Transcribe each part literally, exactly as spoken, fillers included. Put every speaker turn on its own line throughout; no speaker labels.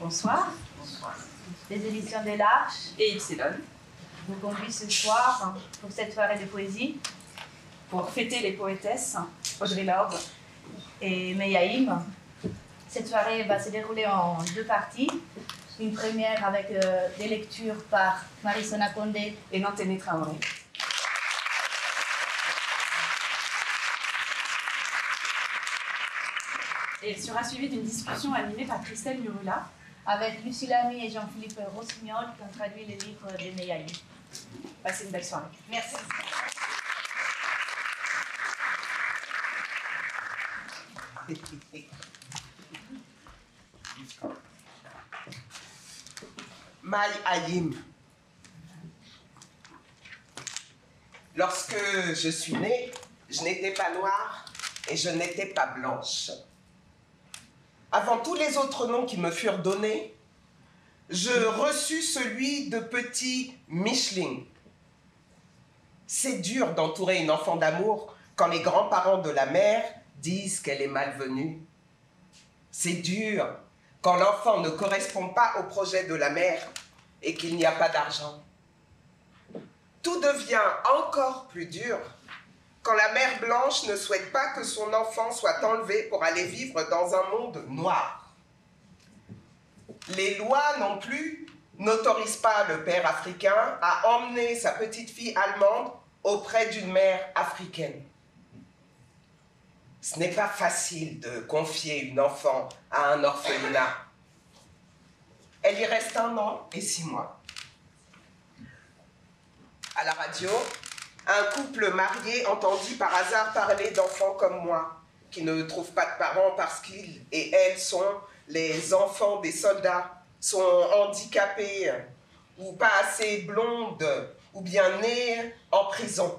Bonsoir. Bonsoir. Les éditions de l'Arche
et Epsilon
vous conduisent ce soir pour cette soirée de poésie
pour fêter les poétesses Audre Lorde
et Meyaïm. Cette soirée va se dérouler en deux parties. Une première avec euh, des lectures par Marie-Sona Condé
et Nanténé Traoré. Et sera suivie d'une discussion animée par Christelle Murula
avec Lucie Lamy et Jean-Philippe Rossignol qui ont traduit les livres de Meyaïm.
Passez une belle soirée.
Merci.
Meyaïm. Lorsque je suis née, je n'étais pas noire et je n'étais pas blanche. Avant tous les autres noms qui me furent donnés, je reçus celui de petit Micheline. C'est dur d'entourer une enfant d'amour quand les grands-parents de la mère disent qu'elle est malvenue. C'est dur quand l'enfant ne correspond pas au projet de la mère et qu'il n'y a pas d'argent. Tout devient encore plus dur quand la mère blanche ne souhaite pas que son enfant soit enlevé pour aller vivre dans un monde noir. Les lois non plus n'autorisent pas le père africain à emmener sa petite fille allemande auprès d'une mère africaine. Ce n'est pas facile de confier une enfant à un orphelinat. Elle y reste un an et six mois. À la radio, un couple marié entendit par hasard parler d'enfants comme moi, qui ne trouvent pas de parents parce qu'ils et elles sont les enfants des soldats, sont handicapés ou pas assez blondes ou bien nées en prison.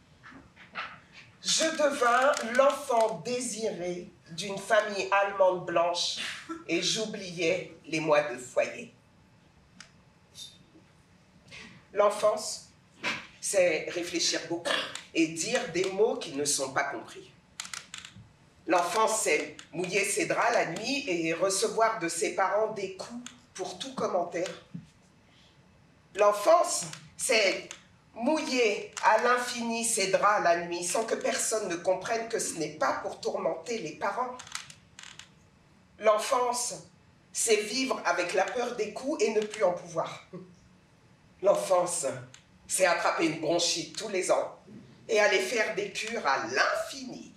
Je devins l'enfant désiré d'une famille allemande blanche et j'oubliais les mois de foyer. L'enfance, c'est réfléchir beaucoup et dire des mots qui ne sont pas compris. L'enfance, c'est mouiller ses draps la nuit et recevoir de ses parents des coups pour tout commentaire. L'enfance, c'est mouiller à l'infini ses draps la nuit sans que personne ne comprenne que ce n'est pas pour tourmenter les parents. L'enfance, c'est vivre avec la peur des coups et ne plus en pouvoir. L'enfance, c'est attraper une bronchite tous les ans et aller faire des cures à l'infini.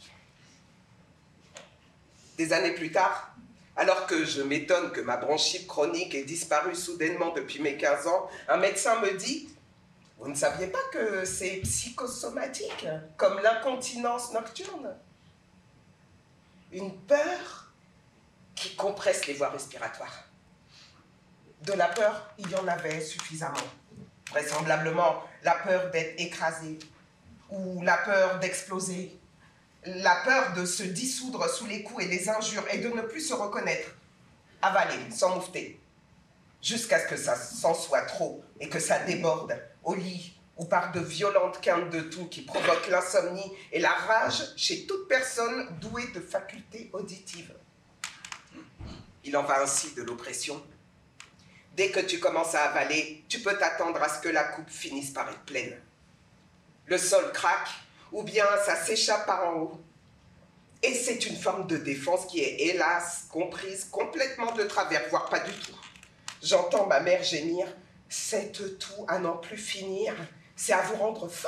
Des années plus tard, alors que je m'étonne que ma bronchite chronique ait disparu soudainement depuis mes quinze ans, un médecin me dit « Vous ne saviez pas que c'est psychosomatique, comme l'incontinence nocturne ?» Une peur qui compresse les voies respiratoires. De la peur, il y en avait suffisamment. Vraisemblablement, la peur d'être écrasé, ou la peur d'exploser, la peur de se dissoudre sous les coups et les injures et de ne plus se reconnaître, avaler, sans moufter, jusqu'à ce que ça s'en soit trop et que ça déborde au lit ou par de violentes quintes de toux qui provoquent l'insomnie et la rage chez toute personne douée de facultés auditives. Il en va ainsi de l'oppression. Dès que tu commences à avaler, tu peux t'attendre à ce que la coupe finisse par être pleine. Le sol craque, ou bien ça s'échappe par en haut. Et c'est une forme de défense qui est, hélas, comprise complètement de travers, voire pas du tout. J'entends ma mère gémir, « Cette toux à n'en plus finir, c'est à vous rendre folle. »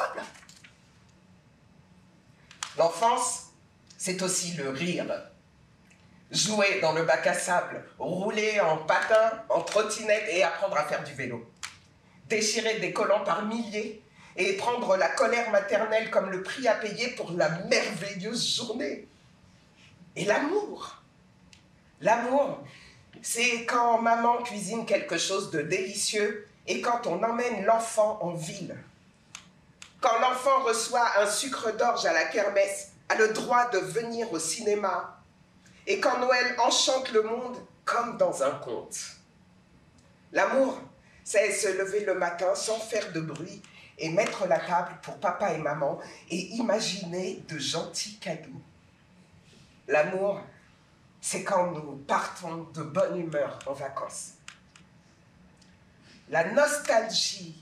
L'enfance, c'est aussi le rire. Jouer dans le bac à sable, rouler en patin, en trottinette et apprendre à faire du vélo. Déchirer des collants par milliers et prendre la colère maternelle comme le prix à payer pour la merveilleuse journée. Et l'amour. L'amour, c'est quand maman cuisine quelque chose de délicieux et quand on emmène l'enfant en ville. Quand l'enfant reçoit un sucre d'orge à la kermesse, a le droit de venir au cinéma. Et quand Noël enchante le monde comme dans un conte. L'amour, c'est se lever le matin sans faire de bruit et mettre la table pour papa et maman et imaginer de gentils cadeaux. L'amour, c'est quand nous partons de bonne humeur en vacances. La nostalgie,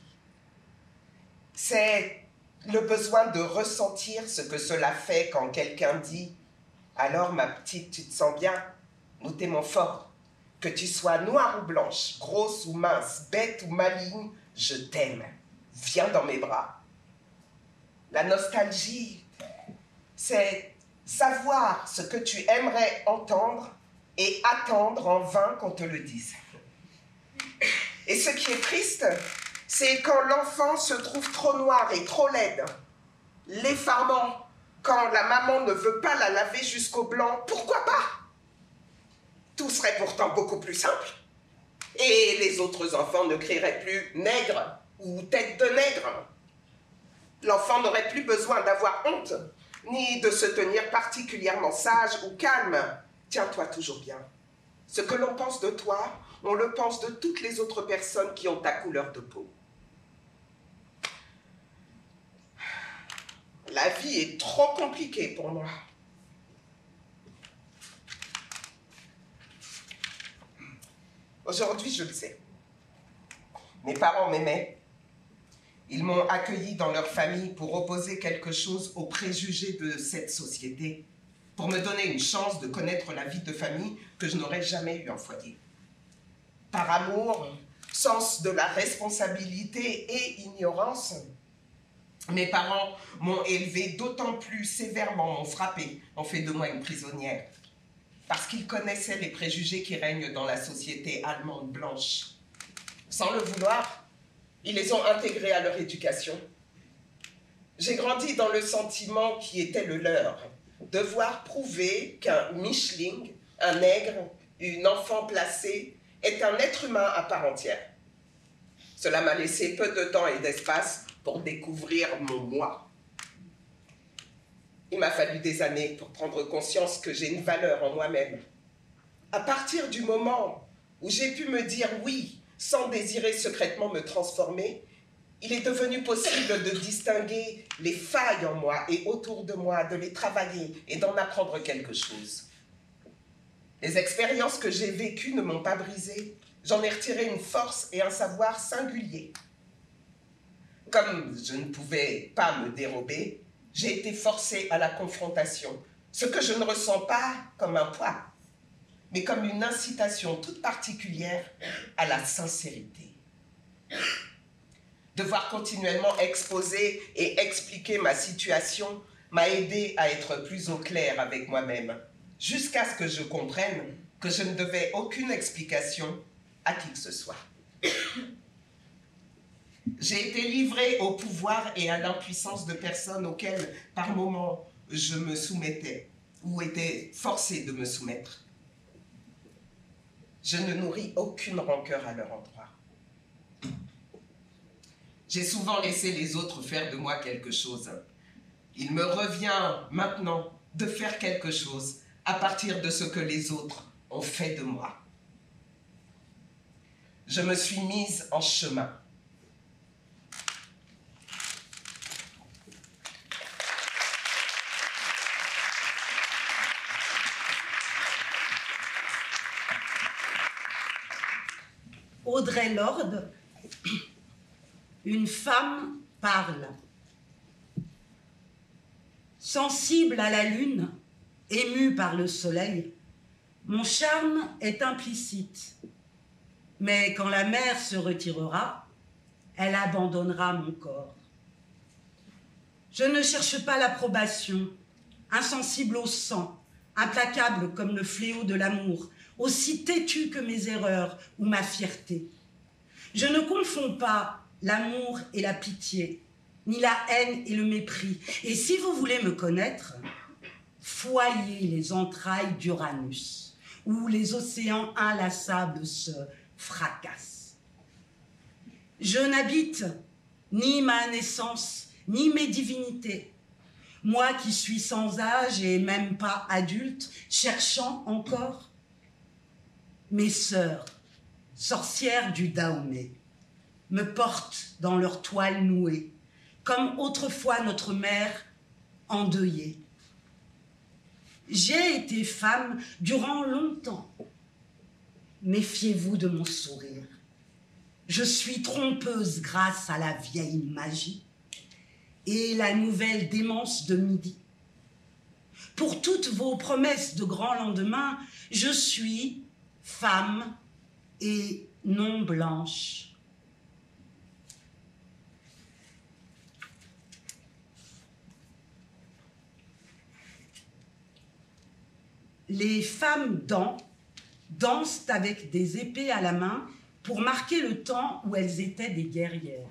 c'est le besoin de ressentir ce que cela fait quand quelqu'un dit « Alors ma petite, tu te sens bien, nous t'aimons fort. Que tu sois noire ou blanche, grosse ou mince, bête ou maligne, je t'aime. Viens dans mes bras. » La nostalgie, c'est savoir ce que tu aimerais entendre et attendre en vain qu'on te le dise. Et ce qui est triste, c'est quand l'enfant se trouve trop noir et trop laide, l'effarement, quand la maman ne veut pas la laver jusqu'au blanc, pourquoi pas? Tout serait pourtant beaucoup plus simple. Et les autres enfants ne crieraient plus « nègre » ou « tête de nègre ». L'enfant n'aurait plus besoin d'avoir honte, ni de se tenir particulièrement sage ou calme. Tiens-toi toujours bien. Ce que l'on pense de toi, on le pense de toutes les autres personnes qui ont ta couleur de peau. La vie est trop compliquée pour moi. Aujourd'hui, je le sais. Mes parents m'aimaient. Ils m'ont accueilli dans leur famille pour opposer quelque chose aux préjugés de cette société, pour me donner une chance de connaître la vie de famille que je n'aurais jamais eue en foyer. Par amour, sens de la responsabilité et ignorance, mes parents m'ont élevée d'autant plus sévèrement, m'ont frappée, ont fait de moi une prisonnière, parce qu'ils connaissaient les préjugés qui règnent dans la société allemande blanche. Sans le vouloir, ils les ont intégrés à leur éducation. J'ai grandi dans le sentiment qui était le leur, devoir prouver qu'un micheling, un nègre, une enfant placée, est un être humain à part entière. Cela m'a laissé peu de temps et d'espace pour découvrir mon moi. Il m'a fallu des années pour prendre conscience que j'ai une valeur en moi-même. À partir du moment où j'ai pu me dire oui, sans désirer secrètement me transformer, il est devenu possible de distinguer les failles en moi et autour de moi, de les travailler et d'en apprendre quelque chose. Les expériences que j'ai vécues ne m'ont pas brisé. J'en ai retiré une force et un savoir singulier. Comme je ne pouvais pas me dérober, j'ai été forcée à la confrontation, ce que je ne ressens pas comme un poids, mais comme une incitation toute particulière à la sincérité. Devoir continuellement exposer et expliquer ma situation m'a aidé à être plus au clair avec moi-même, jusqu'à ce que je comprenne que je ne devais aucune explication à qui que ce soit. J'ai été livrée au pouvoir et à l'impuissance de personnes auxquelles, par moments, je me soumettais ou étais forcée de me soumettre. Je ne nourris aucune rancœur à leur endroit. J'ai souvent laissé les autres faire de moi quelque chose. Il me revient maintenant de faire quelque chose à partir de ce que les autres ont fait de moi. Je me suis mise en chemin.
Audre Lorde, une femme parle. Sensible à la lune, émue par le soleil, mon charme est implicite. Mais quand la mer se retirera, elle abandonnera mon corps. Je ne cherche pas l'approbation, insensible au sang, implacable comme le fléau de l'amour, aussi têtu que mes erreurs ou ma fierté. Je ne confonds pas l'amour et la pitié, ni la haine et le mépris. Et si vous voulez me connaître, foyez les entrailles d'Uranus, où les océans inlassables se fracassent. Je n'habite ni ma naissance, ni mes divinités. Moi qui suis sans âge et même pas adulte, cherchant encore. Mes sœurs, sorcières du Dahomey, me portent dans leur toile nouée, comme autrefois notre mère endeuillée. J'ai été femme durant longtemps. Méfiez-vous de mon sourire. Je suis trompeuse grâce à la vieille magie et la nouvelle démence de midi. Pour toutes vos promesses de grand lendemain, je suis femme et non blanche. Les femmes dents dansent avec des épées à la main pour marquer le temps où elles étaient des guerrières.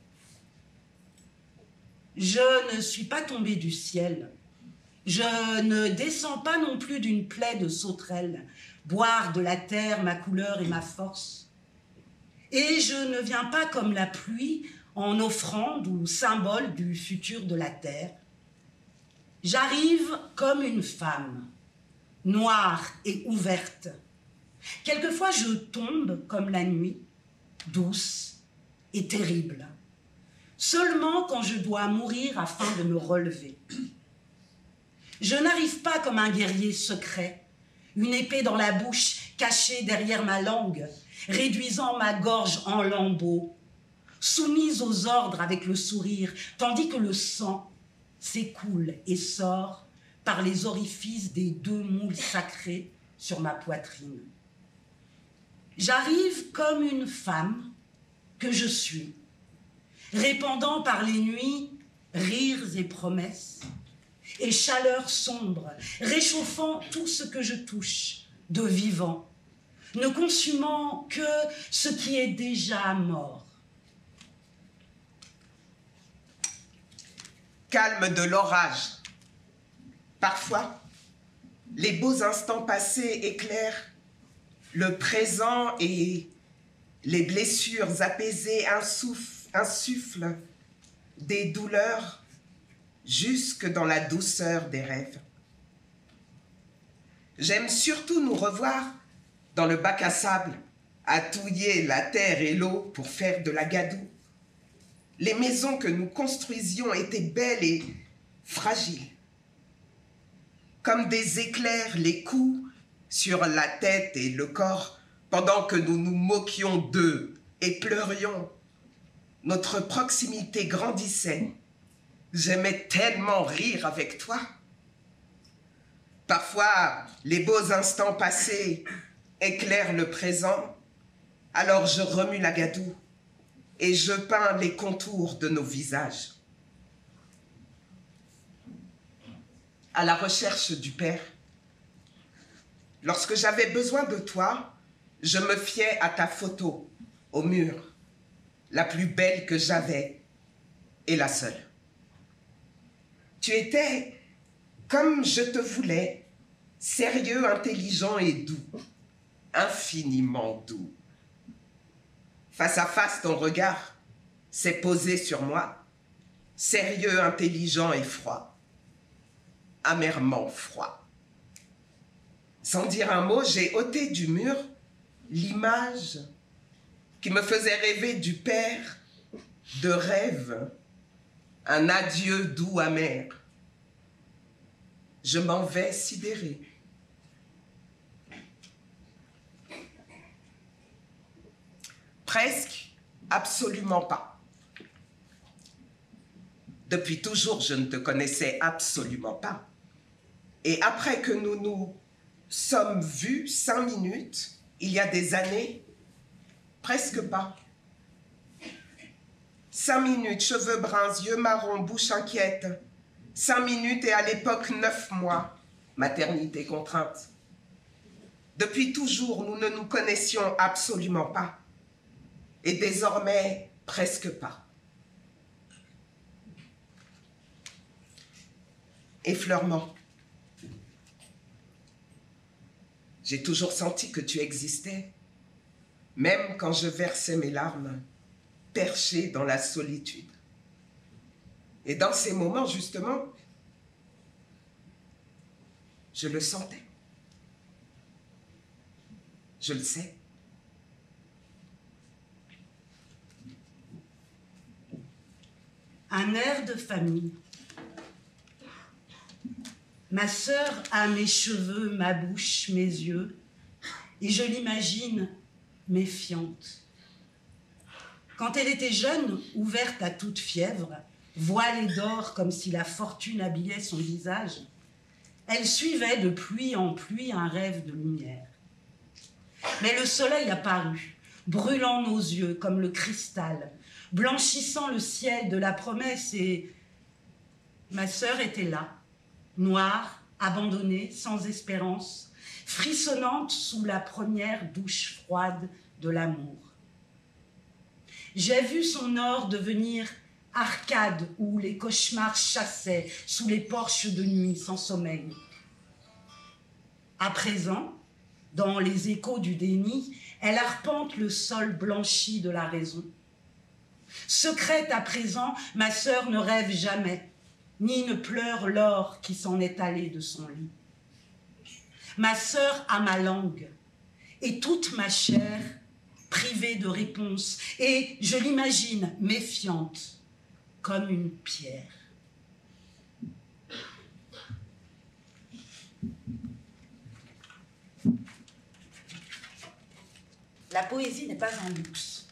Je ne suis pas tombée du ciel. Je ne descends pas non plus d'une plaie de sauterelles, boire de la terre ma couleur et ma force. Et je ne viens pas comme la pluie en offrande ou symbole du futur de la terre. J'arrive comme une femme, noire et ouverte. Quelquefois je tombe comme la nuit, douce et terrible, seulement quand je dois mourir afin de me relever. Je n'arrive pas comme un guerrier secret, une épée dans la bouche cachée derrière ma langue, réduisant ma gorge en lambeaux, soumise aux ordres avec le sourire, tandis que le sang s'écoule et sort par les orifices des deux moules sacrés sur ma poitrine. J'arrive comme une femme que je suis, répandant par les nuits rires et promesses, et chaleur sombre, réchauffant tout ce que je touche de vivant, ne consumant que ce qui est déjà mort.
Calme de l'orage. Parfois, les beaux instants passés éclairent le présent et les blessures apaisées insufflent, insufflent des douleurs jusque dans la douceur des rêves. J'aime surtout nous revoir dans le bac à sable, à touiller la terre et l'eau pour faire de la gadoue. Les maisons que nous construisions étaient belles et fragiles. Comme des éclairs, les coups sur la tête et le corps, pendant que nous nous moquions d'eux et pleurions. Notre proximité grandissait. J'aimais tellement rire avec toi. Parfois, les beaux instants passés éclairent le présent, alors je remue la gadoue et je peins les contours de nos visages. À la recherche du Père, lorsque j'avais besoin de toi, je me fiais à ta photo au mur, la plus belle que j'avais et la seule. Tu étais comme je te voulais, sérieux, intelligent et doux, infiniment doux. Face à face, ton regard s'est posé sur moi, sérieux, intelligent et froid, amèrement froid. Sans dire un mot, j'ai ôté du mur l'image qui me faisait rêver du Père de rêve, un adieu doux amer. Je m'en vais sidéré. Presque, absolument pas. Depuis toujours, je ne te connaissais absolument pas. Et après que nous nous sommes vus cinq minutes, il y a des années, presque pas. Cinq minutes, cheveux bruns, yeux marrons, bouche inquiète. Cinq minutes et à l'époque neuf mois, maternité contrainte. Depuis toujours, nous ne nous connaissions absolument pas. Et désormais, presque pas. Effleurement. J'ai toujours senti que tu existais, même quand je versais mes larmes, perché dans la solitude. Et dans ces moments, justement, je le sentais. Je le sais.
Un air de famille. Ma sœur a mes cheveux, ma bouche, mes yeux, et je l'imagine méfiante. Quand elle était jeune, ouverte à toute fièvre, voilée d'or comme si la fortune habillait son visage, elle suivait de pluie en pluie un rêve de lumière. Mais le soleil apparut, brûlant nos yeux comme le cristal, blanchissant le ciel de la promesse, et ma sœur était là, noire, abandonnée, sans espérance, frissonnante sous la première douche froide de l'amour. J'ai vu son or devenir arcade où les cauchemars chassaient sous les porches de nuit sans sommeil. À présent, dans les échos du déni, elle arpente le sol blanchi de la raison. Secrète à présent, ma sœur ne rêve jamais, ni ne pleure l'or qui s'en est allé de son lit. Ma sœur a ma langue, et toute ma chair privée de réponse, et je l'imagine méfiante, comme une pierre. La poésie n'est pas un luxe.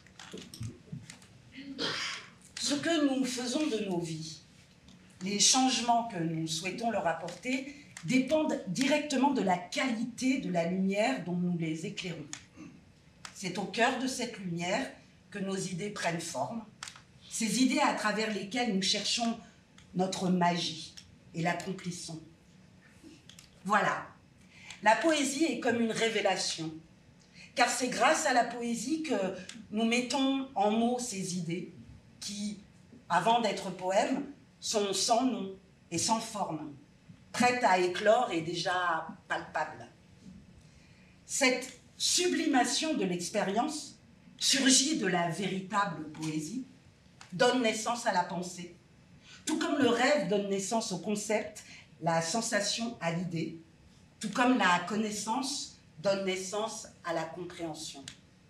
Ce que nous faisons de nos vies, les changements que nous souhaitons leur apporter, dépendent directement de la qualité de la lumière dont nous les éclairons. C'est au cœur de cette lumière que nos idées prennent forme, ces idées à travers lesquelles nous cherchons notre magie et l'accomplissons. Voilà, la poésie est comme une révélation, car c'est grâce à la poésie que nous mettons en mots ces idées qui, avant d'être poèmes, sont sans nom et sans forme, prêtes à éclore et déjà palpables. Cette sublimation de l'expérience surgit de la véritable poésie, donne naissance à la pensée, tout comme le rêve donne naissance au concept, la sensation à l'idée, tout comme la connaissance donne naissance à la compréhension.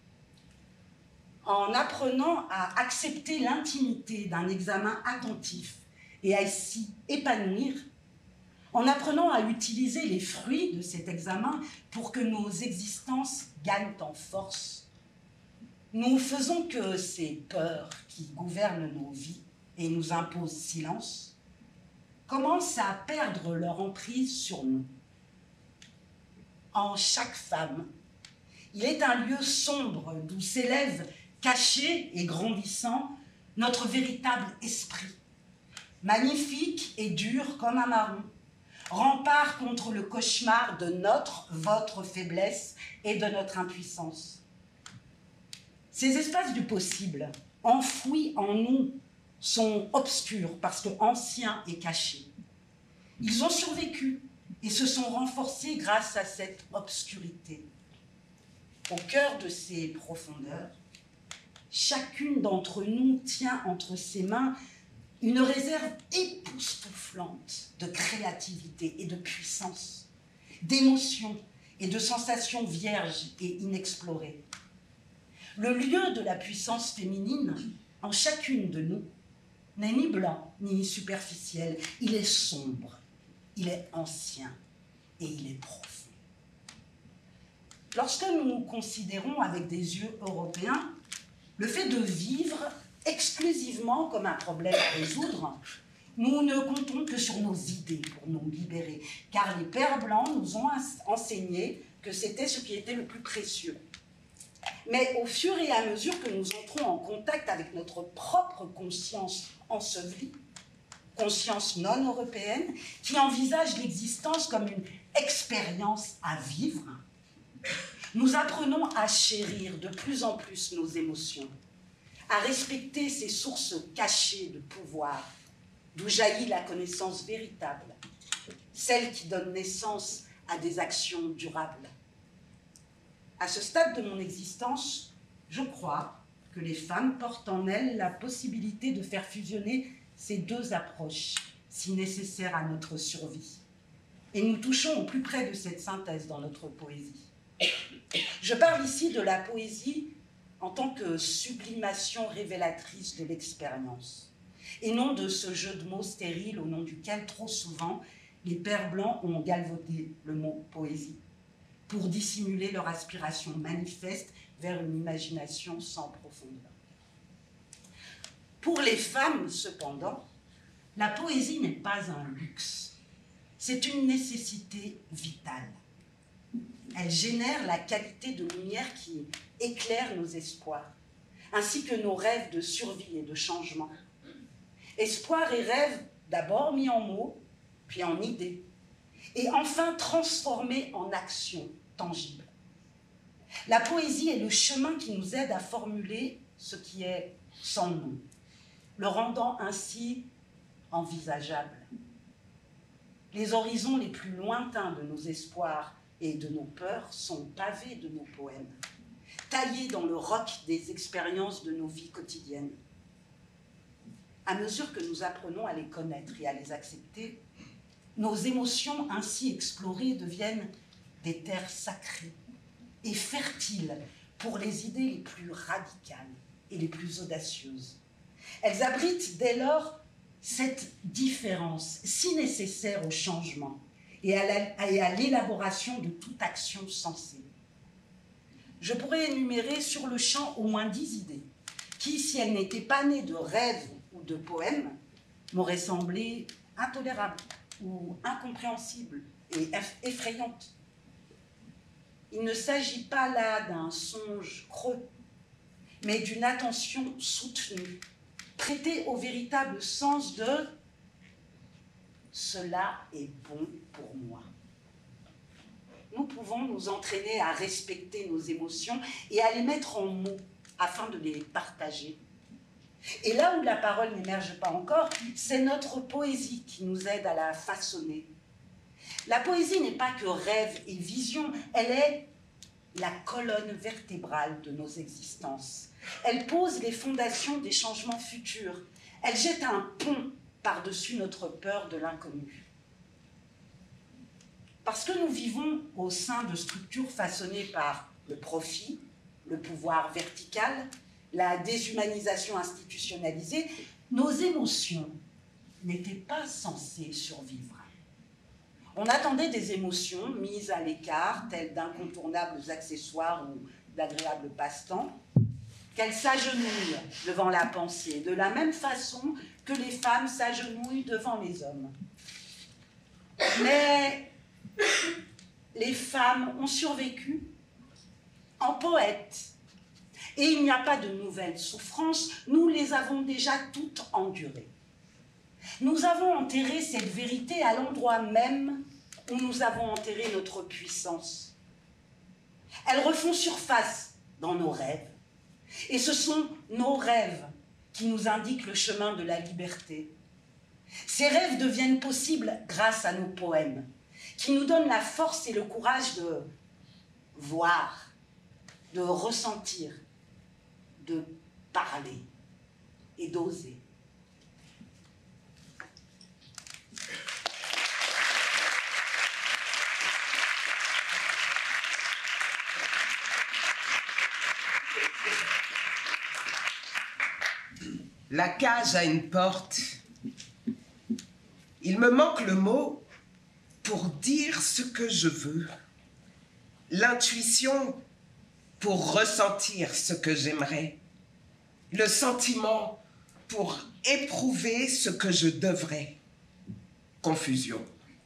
En apprenant à accepter l'intimité d'un examen attentif et à s'y épanouir, en apprenant à utiliser les fruits de cet examen pour que nos existences gagnent en force, nous faisons que ces peurs qui gouvernent nos vies et nous imposent silence commencent à perdre leur emprise sur nous. En chaque femme, il est un lieu sombre d'où s'élève, caché et grandissant, notre véritable esprit, magnifique et dur comme un marron, rempart contre le cauchemar de notre, votre faiblesse et de notre impuissance. Ces espaces du possible, enfouis en nous, sont obscurs parce que anciens et cachés. Ils ont survécu et se sont renforcés grâce à cette obscurité. Au cœur de ces profondeurs, chacune d'entre nous tient entre ses mains une réserve époustouflante de créativité et de puissance, d'émotions et de sensations vierges et inexplorées. Le lieu de la puissance féminine, en chacune de nous, n'est ni blanc ni superficiel, il est sombre, il est ancien et il est profond. Lorsque nous considérons avec des yeux européens le fait de vivre exclusivement comme un problème à résoudre, nous ne comptons que sur nos idées pour nous libérer, car les pères blancs nous ont enseigné que c'était ce qui était le plus précieux. Mais au fur et à mesure que nous entrons en contact avec notre propre conscience ensevelie, conscience non européenne, qui envisage l'existence comme une expérience à vivre, nous apprenons à chérir de plus en plus nos émotions, à respecter ces sources cachées de pouvoir, d'où jaillit la connaissance véritable, celle qui donne naissance à des actions durables. À ce stade de mon existence, je crois que les femmes portent en elles la possibilité de faire fusionner ces deux approches, si nécessaires à notre survie. Et nous touchons au plus près de cette synthèse dans notre poésie. Je parle ici de la poésie en tant que sublimation révélatrice de l'expérience, et non de ce jeu de mots stérile au nom duquel, trop souvent, les pères blancs ont galvaudé le mot poésie pour dissimuler leur aspiration manifeste vers une imagination sans profondeur. Pour les femmes, cependant, la poésie n'est pas un luxe, c'est une nécessité vitale. Elle génère la qualité de lumière qui éclaire nos espoirs, ainsi que nos rêves de survie et de changement. Espoir et rêve d'abord mis en mots, puis en idées, et enfin transformés en actions tangibles. La poésie est le chemin qui nous aide à formuler ce qui est sans nom, le rendant ainsi envisageable. Les horizons les plus lointains de nos espoirs et de nos peurs sont pavés de nos poèmes, taillés dans le roc des expériences de nos vies quotidiennes. À mesure que nous apprenons à les connaître et à les accepter, nos émotions ainsi explorées deviennent des terres sacrées et fertiles pour les idées les plus radicales et les plus audacieuses. Elles abritent dès lors cette différence si nécessaire au changement et à l'élaboration de toute action sensée. Je pourrais énumérer sur le champ au moins dix idées qui, si elles n'étaient pas nées de rêves ou de poèmes, m'auraient semblé intolérables ou incompréhensibles et effrayantes. Il ne s'agit pas là d'un songe creux, mais d'une attention soutenue, prêtée au véritable sens de « cela est bon pour moi ». Nous pouvons nous entraîner à respecter nos émotions et à les mettre en mots afin de les partager. Et là où la parole n'émerge pas encore, c'est notre poésie qui nous aide à la façonner. La poésie n'est pas que rêve et vision, elle est la colonne vertébrale de nos existences. Elle pose les fondations des changements futurs. Elle jette un pont par-dessus notre peur de l'inconnu. Parce que nous vivons au sein de structures façonnées par le profit, le pouvoir vertical, la déshumanisation institutionnalisée, nos émotions n'étaient pas censées survivre. On attendait des émotions mises à l'écart, telles d'incontournables accessoires ou d'agréables passe-temps, qu'elles s'agenouillent devant la pensée, de la même façon que les femmes s'agenouillent devant les hommes. Mais les femmes ont survécu en poètes. Et il n'y a pas de nouvelles souffrances, nous les avons déjà toutes endurées. Nous avons enterré cette vérité à l'endroit même où nous avons enterré notre puissance. Elles refont surface dans nos rêves. Et ce sont nos rêves qui nous indiquent le chemin de la liberté. Ces rêves deviennent possibles grâce à nos poèmes, qui nous donnent la force et le courage de voir, de ressentir, de parler et d'oser.
La cage a une porte. Il me manque le mot pour dire ce que je veux. L'intuition pour ressentir ce que j'aimerais. Le sentiment pour éprouver ce que je devrais. Confusion.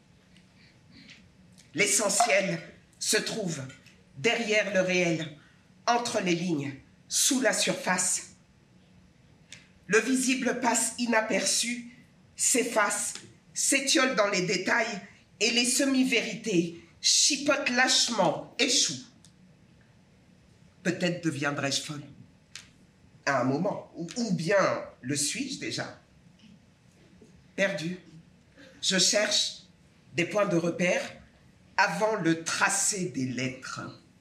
L'essentiel se trouve derrière le réel, entre les lignes, sous la surface. Le visible passe inaperçu, s'efface, s'étiole dans les détails et les semi-vérités chipotent lâchement, échouent. Peut-être deviendrai-je folle. À un moment, ou, ou bien le suis-je déjà? Perdu. Je cherche des points de repère avant le tracé des lettres.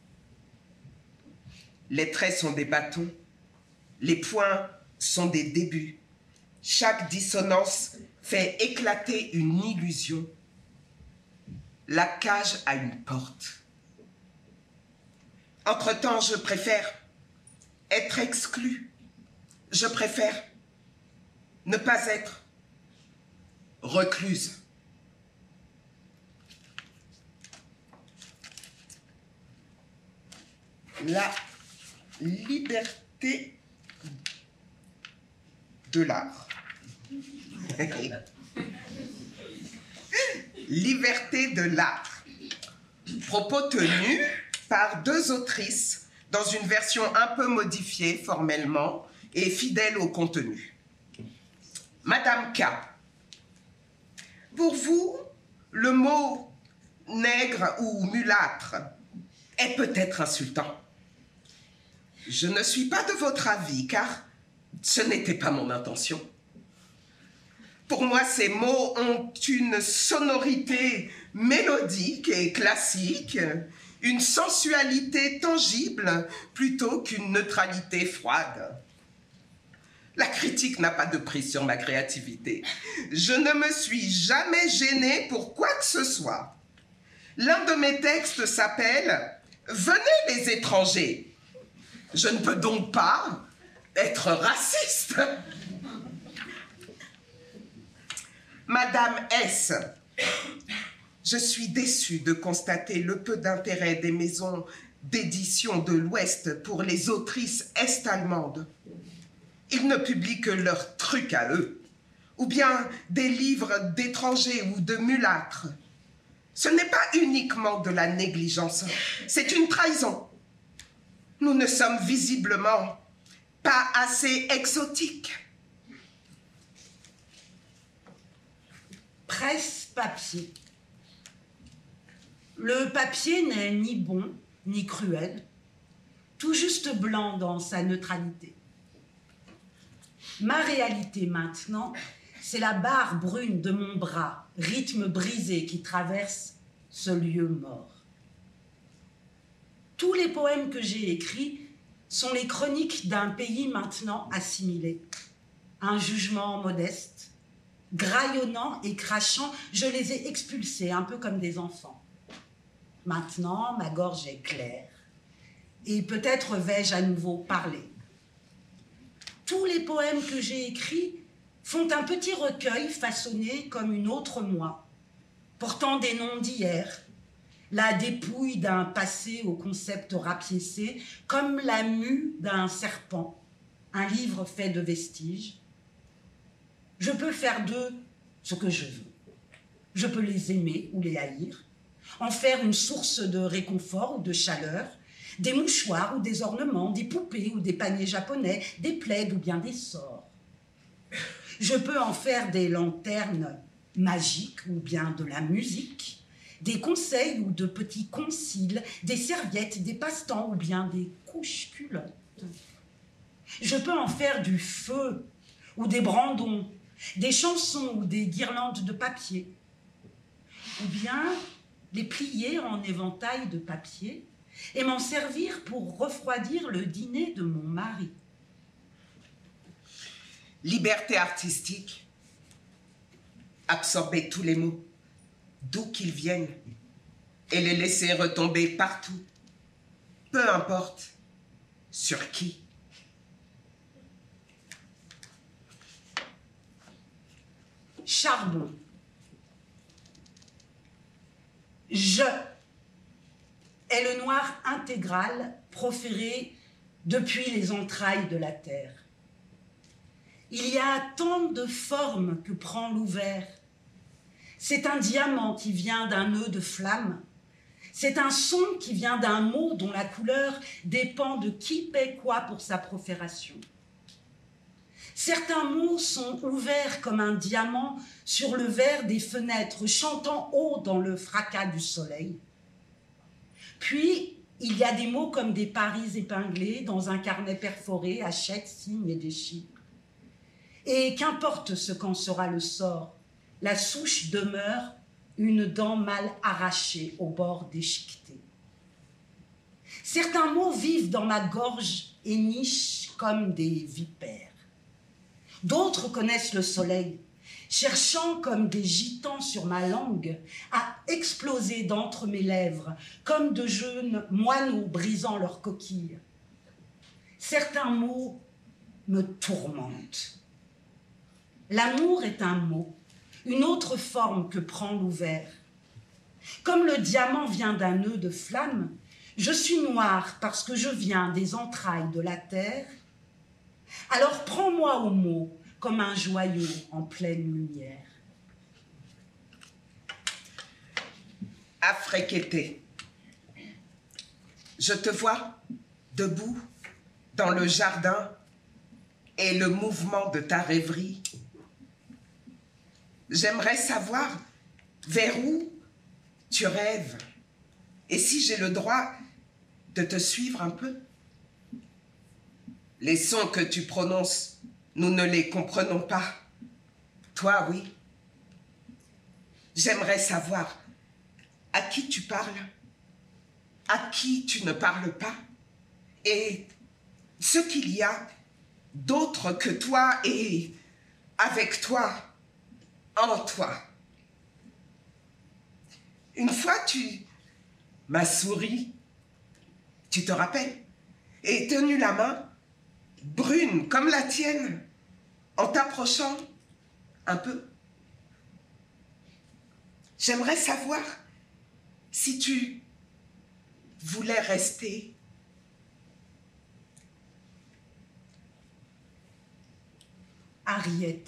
Les traits sont des bâtons, les points sont des débuts. Chaque dissonance fait éclater une illusion. La cage a une porte. Entre-temps, je préfère être exclu. Je préfère ne pas être recluse. la liberté de l'art. Liberté de l'art. Propos tenus par deux autrices dans une version un peu modifiée formellement et fidèle au contenu. Madame K. Pour vous, le mot nègre ou mulâtre est peut-être insultant. Je ne suis pas de votre avis, car ce n'était pas mon intention. Pour moi, ces mots ont une sonorité mélodique et classique, une sensualité tangible plutôt qu'une neutralité froide. La critique n'a pas de prise sur ma créativité. Je ne me suis jamais gênée pour quoi que ce soit. L'un de mes textes s'appelle « Venez les étrangers ». Je ne peux donc pas être raciste. Madame S, je suis déçue de constater le peu d'intérêt des maisons d'édition de l'Ouest pour les autrices est-allemandes. Ils ne publient que leurs trucs à eux, ou bien des livres d'étrangers ou de mulâtres. Ce n'est pas uniquement de la négligence, c'est une trahison. Nous ne sommes visiblement pas assez exotiques.
Presse papier. Le papier n'est ni bon ni cruel, tout juste blanc dans sa neutralité. Ma réalité maintenant, c'est la barre brune de mon bras, rythme brisé qui traverse ce lieu mort. Tous les poèmes que j'ai écrits sont les chroniques d'un pays maintenant assimilé. Un jugement modeste, graillonnant et crachant, je les ai expulsés, un peu comme des enfants. Maintenant, ma gorge est claire, et peut-être vais-je à nouveau parler. Tous les poèmes que j'ai écrits font un petit recueil façonné comme une autre moi, portant des noms d'hier, la dépouille d'un passé au concept rapiécé, comme la mue d'un serpent, un livre fait de vestiges. Je peux faire d'eux ce que je veux. Je peux les aimer ou les haïr, en faire une source de réconfort ou de chaleur, des mouchoirs ou des ornements, des poupées ou des paniers japonais, des plaids ou bien des sorts. Je peux en faire des lanternes magiques ou bien de la musique, des conseils ou de petits conciles, des serviettes, des passe-temps ou bien des couches culottes. Je peux en faire du feu ou des brandons, des chansons ou des guirlandes de papier, ou bien les plier en éventail de papier et m'en servir pour refroidir le dîner de mon mari.
Liberté artistique, absorber tous les mots, d'où qu'ils viennent, et les laisser retomber partout, peu importe sur qui.
Charbon. Je est le noir intégral proféré depuis les entrailles de la terre. Il y a tant de formes que prend l'ouvert. C'est un diamant qui vient d'un nœud de flamme. C'est un son qui vient d'un mot dont la couleur dépend de qui paie quoi pour sa profération. Certains mots sont ouverts comme un diamant sur le verre des fenêtres, chantant haut dans le fracas du soleil. Puis, il y a des mots comme des paris épinglés dans un carnet perforé à chèques, signes et déchirés. Et qu'importe ce qu'en sera le sort, la souche demeure une dent mal arrachée au bord déchiqueté. Certains mots vivent dans ma gorge et nichent comme des vipères. D'autres connaissent le soleil, cherchant comme des gitans sur ma langue à exploser d'entre mes lèvres, comme de jeunes moineaux brisant leurs coquilles. Certains mots me tourmentent. L'amour est un mot, une autre forme que prend l'ouvert. Comme le diamant vient d'un nœud de flamme, Je suis noire parce que je viens des entrailles de la terre. Alors prends-moi au mot comme un joyau en pleine lumière.
Afrekété. Je te vois debout dans le jardin et le mouvement de ta rêverie. J'aimerais savoir vers où tu rêves et si j'ai le droit de te suivre un peu. Les sons que tu prononces, nous ne les comprenons pas. Toi, oui. J'aimerais savoir à qui tu parles, à qui tu ne parles pas, et ce qu'il y a d'autre que toi et avec toi, en toi. Une fois, tu m'as souri, tu te rappelles, et tenu la main, brune comme la tienne, en t'approchant un peu. J'aimerais savoir si tu voulais rester.
Harriet.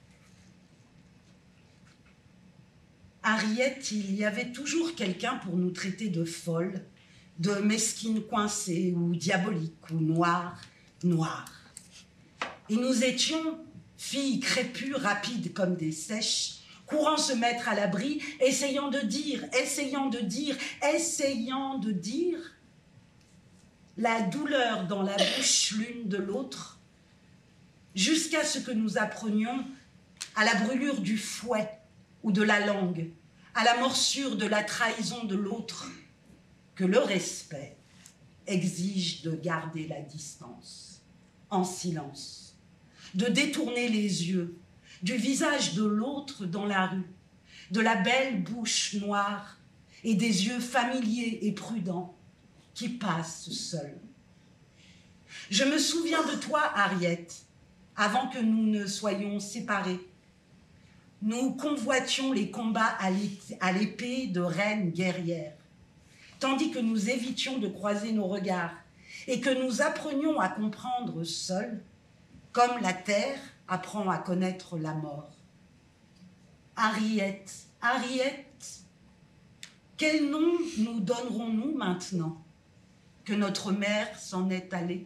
Harriet, il y avait toujours quelqu'un pour nous traiter de folles, de mesquines coincées ou diaboliques ou noires, noires. Et nous étions filles crépues, rapides comme des sèches, courant se mettre à l'abri, essayant de dire, essayant de dire, essayant de dire la douleur dans la bouche l'une de l'autre, jusqu'à ce que nous apprenions à la brûlure du fouet ou de la langue, à la morsure de la trahison de l'autre, que le respect exige de garder la distance, en silence, de détourner les yeux du visage de l'autre dans la rue, de la belle bouche noire et des yeux familiers et prudents qui passent seuls. Je me souviens de toi, Harriet, avant que nous ne soyons séparés. Nous convoitions les combats à l'épée de reines guerrières, tandis que nous évitions de croiser nos regards et que nous apprenions à comprendre seuls, comme la terre apprend à connaître la mort. Harriet, Harriet, quel nom nous donnerons-nous maintenant que notre mère s'en est allée?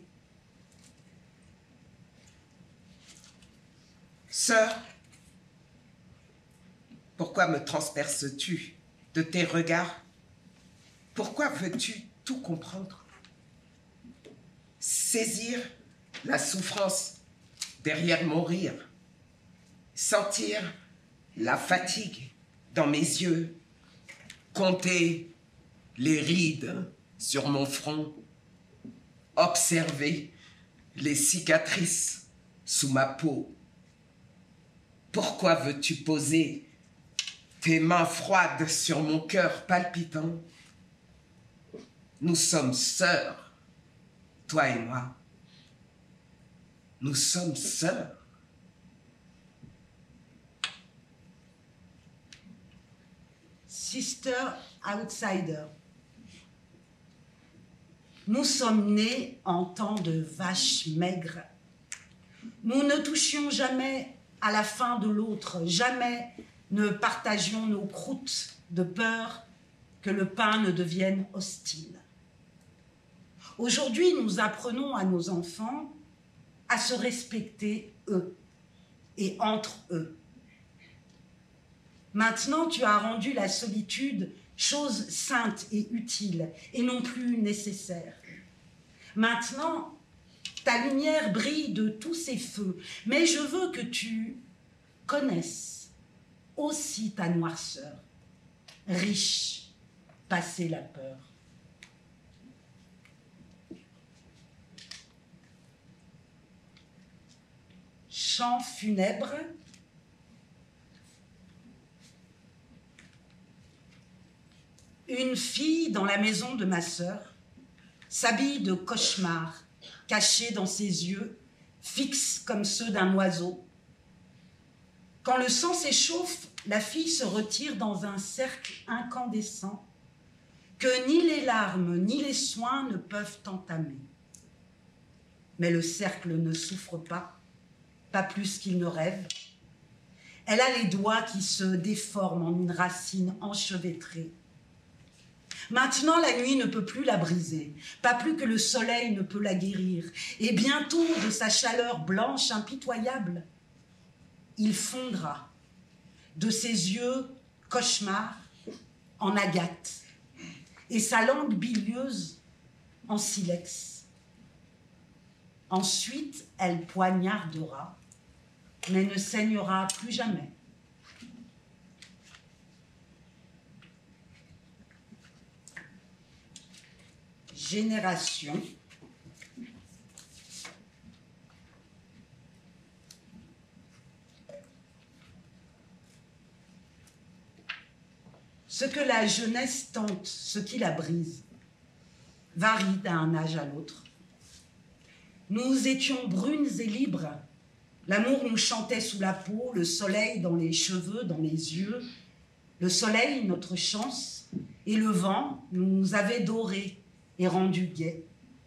Sœur, pourquoi me transperces-tu de tes regards? Pourquoi veux-tu tout comprendre? Saisir la souffrance derrière mon rire, sentir la fatigue dans mes yeux, compter les rides sur mon front, observer les cicatrices sous ma peau. Pourquoi veux-tu poser tes mains froides sur mon cœur palpitant? Nous sommes sœurs, toi et moi. Nous sommes sœurs.
Sister outsider. Nous sommes nés en temps de vaches maigres. Nous ne touchions jamais à la faim de l'autre, jamais ne partagions nos croûtes de peur que le pain ne devienne hostile. Aujourd'hui, nous apprenons à nos enfants à se respecter eux et entre eux. Maintenant, tu as rendu la solitude chose sainte et utile et non plus nécessaire. Maintenant, ta lumière brille de tous ces feux, mais je veux que tu connaisses aussi ta noirceur, riche, passé la peur. Chant funèbre. Une fille dans la maison de ma sœur s'habille de cauchemar, cachée dans ses yeux, fixes comme ceux d'un oiseau. Quand le sang s'échauffe, la fille se retire dans un cercle incandescent que ni les larmes ni les soins ne peuvent entamer. Mais le cercle ne souffre pas, pas plus qu'il ne rêve. Elle a les doigts qui se déforment en une racine enchevêtrée. Maintenant, la nuit ne peut plus la briser, pas plus que le soleil ne peut la guérir. Et bientôt, de sa chaleur blanche impitoyable, il fondra de ses yeux cauchemars en agate et sa langue bilieuse en silex. Ensuite, elle poignardera, mais ne saignera plus jamais. Génération. Ce que la jeunesse tente, ce qui la brise, varie d'un âge à l'autre. Nous étions brunes et libres. L'amour nous chantait sous la peau, le soleil dans les cheveux, dans les yeux. Le soleil, notre chance, et le vent nous avait dorés et rendus gais.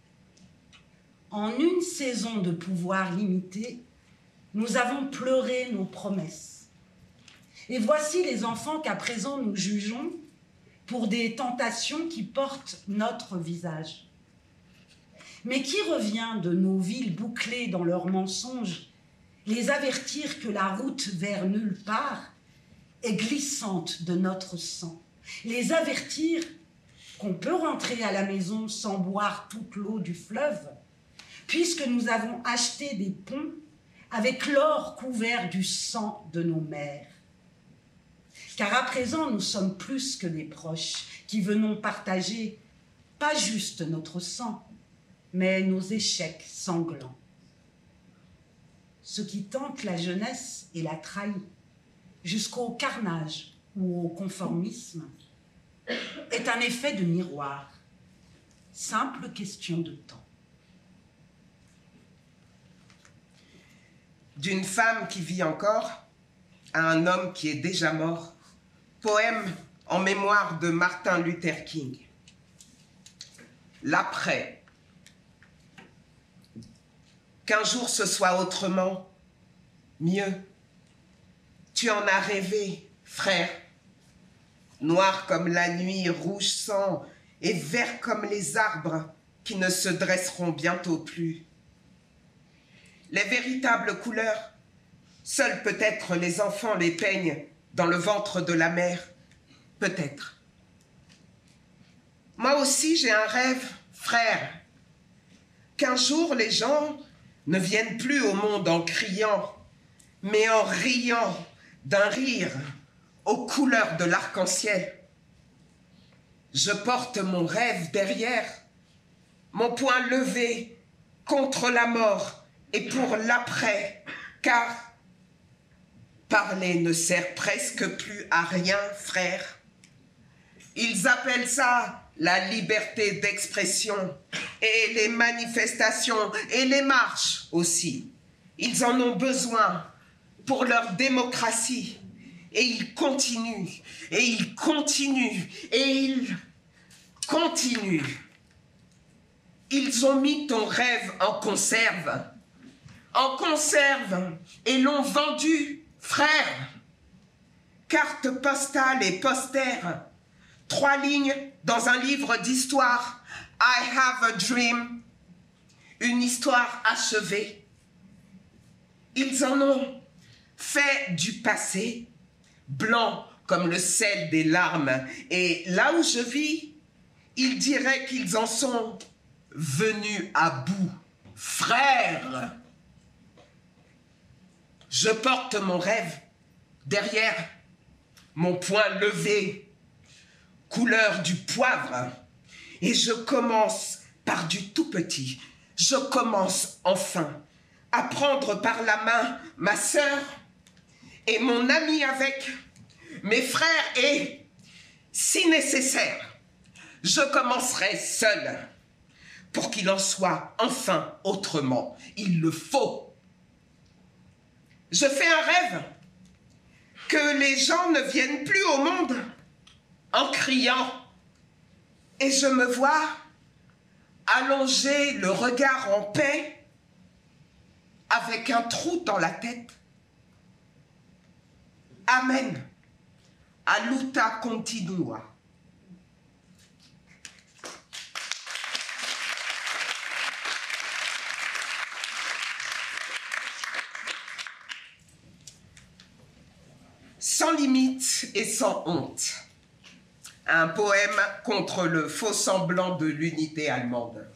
En une saison de pouvoir limité, nous avons pleuré nos promesses. Et voici les enfants qu'à présent nous jugeons pour des tentations qui portent notre visage. Mais qui revient de nos villes bouclées dans leurs mensonges, les avertir que la route vers nulle part est glissante de notre sang, les avertir qu'on peut rentrer à la maison sans boire toute l'eau du fleuve, puisque nous avons acheté des ponts avec l'or couvert du sang de nos mères. Car à présent, nous sommes plus que des proches qui venons partager pas juste notre sang, mais nos échecs sanglants. Ce qui tente la jeunesse et la trahit, jusqu'au carnage ou au conformisme, est un effet de miroir, simple question de temps.
D'une femme qui vit encore à un homme qui est déjà mort. Poème en mémoire de Martin Luther King. L'après. Qu'un jour ce soit autrement, mieux. Tu en as rêvé, frère. Noir comme la nuit, rouge sang, et vert comme les arbres qui ne se dresseront bientôt plus. Les véritables couleurs, seuls peut-être les enfants les peignent dans le ventre de la mère, peut-être. Moi aussi j'ai un rêve, frère, qu'un jour les gens ne viennent plus au monde en criant, mais en riant d'un rire aux couleurs de l'arc-en-ciel. Je porte mon rêve derrière, mon poing levé contre la mort et pour l'après, car parler ne sert presque plus à rien, frère. Ils appellent ça la liberté d'expression et les manifestations et les marches aussi. Ils en ont besoin pour leur démocratie. Et ils continuent, et ils continuent, et ils continuent. Ils ont mis ton rêve en conserve, en conserve, et l'ont vendu, frère. Carte postale et poster, trois lignes dans un livre d'histoire. I have a dream, une histoire achevée. Ils en ont fait du passé, blanc comme le sel des larmes. Et là où je vis, ils diraient qu'ils en sont venus à bout. Frère, je porte mon rêve derrière mon poing levé, couleur du poivre, et je commence par du tout petit. Je commence enfin à prendre par la main ma sœur et mon ami avec mes frères et, si nécessaire, je commencerai seul pour qu'il en soit enfin autrement. Il le faut. Je fais un rêve que les gens ne viennent plus au monde en criant, Et je me vois allonger le regard en paix avec un trou dans la tête. Amen. A luta continua. Sans limite et sans honte. Un poème contre le faux semblant de l'unité allemande.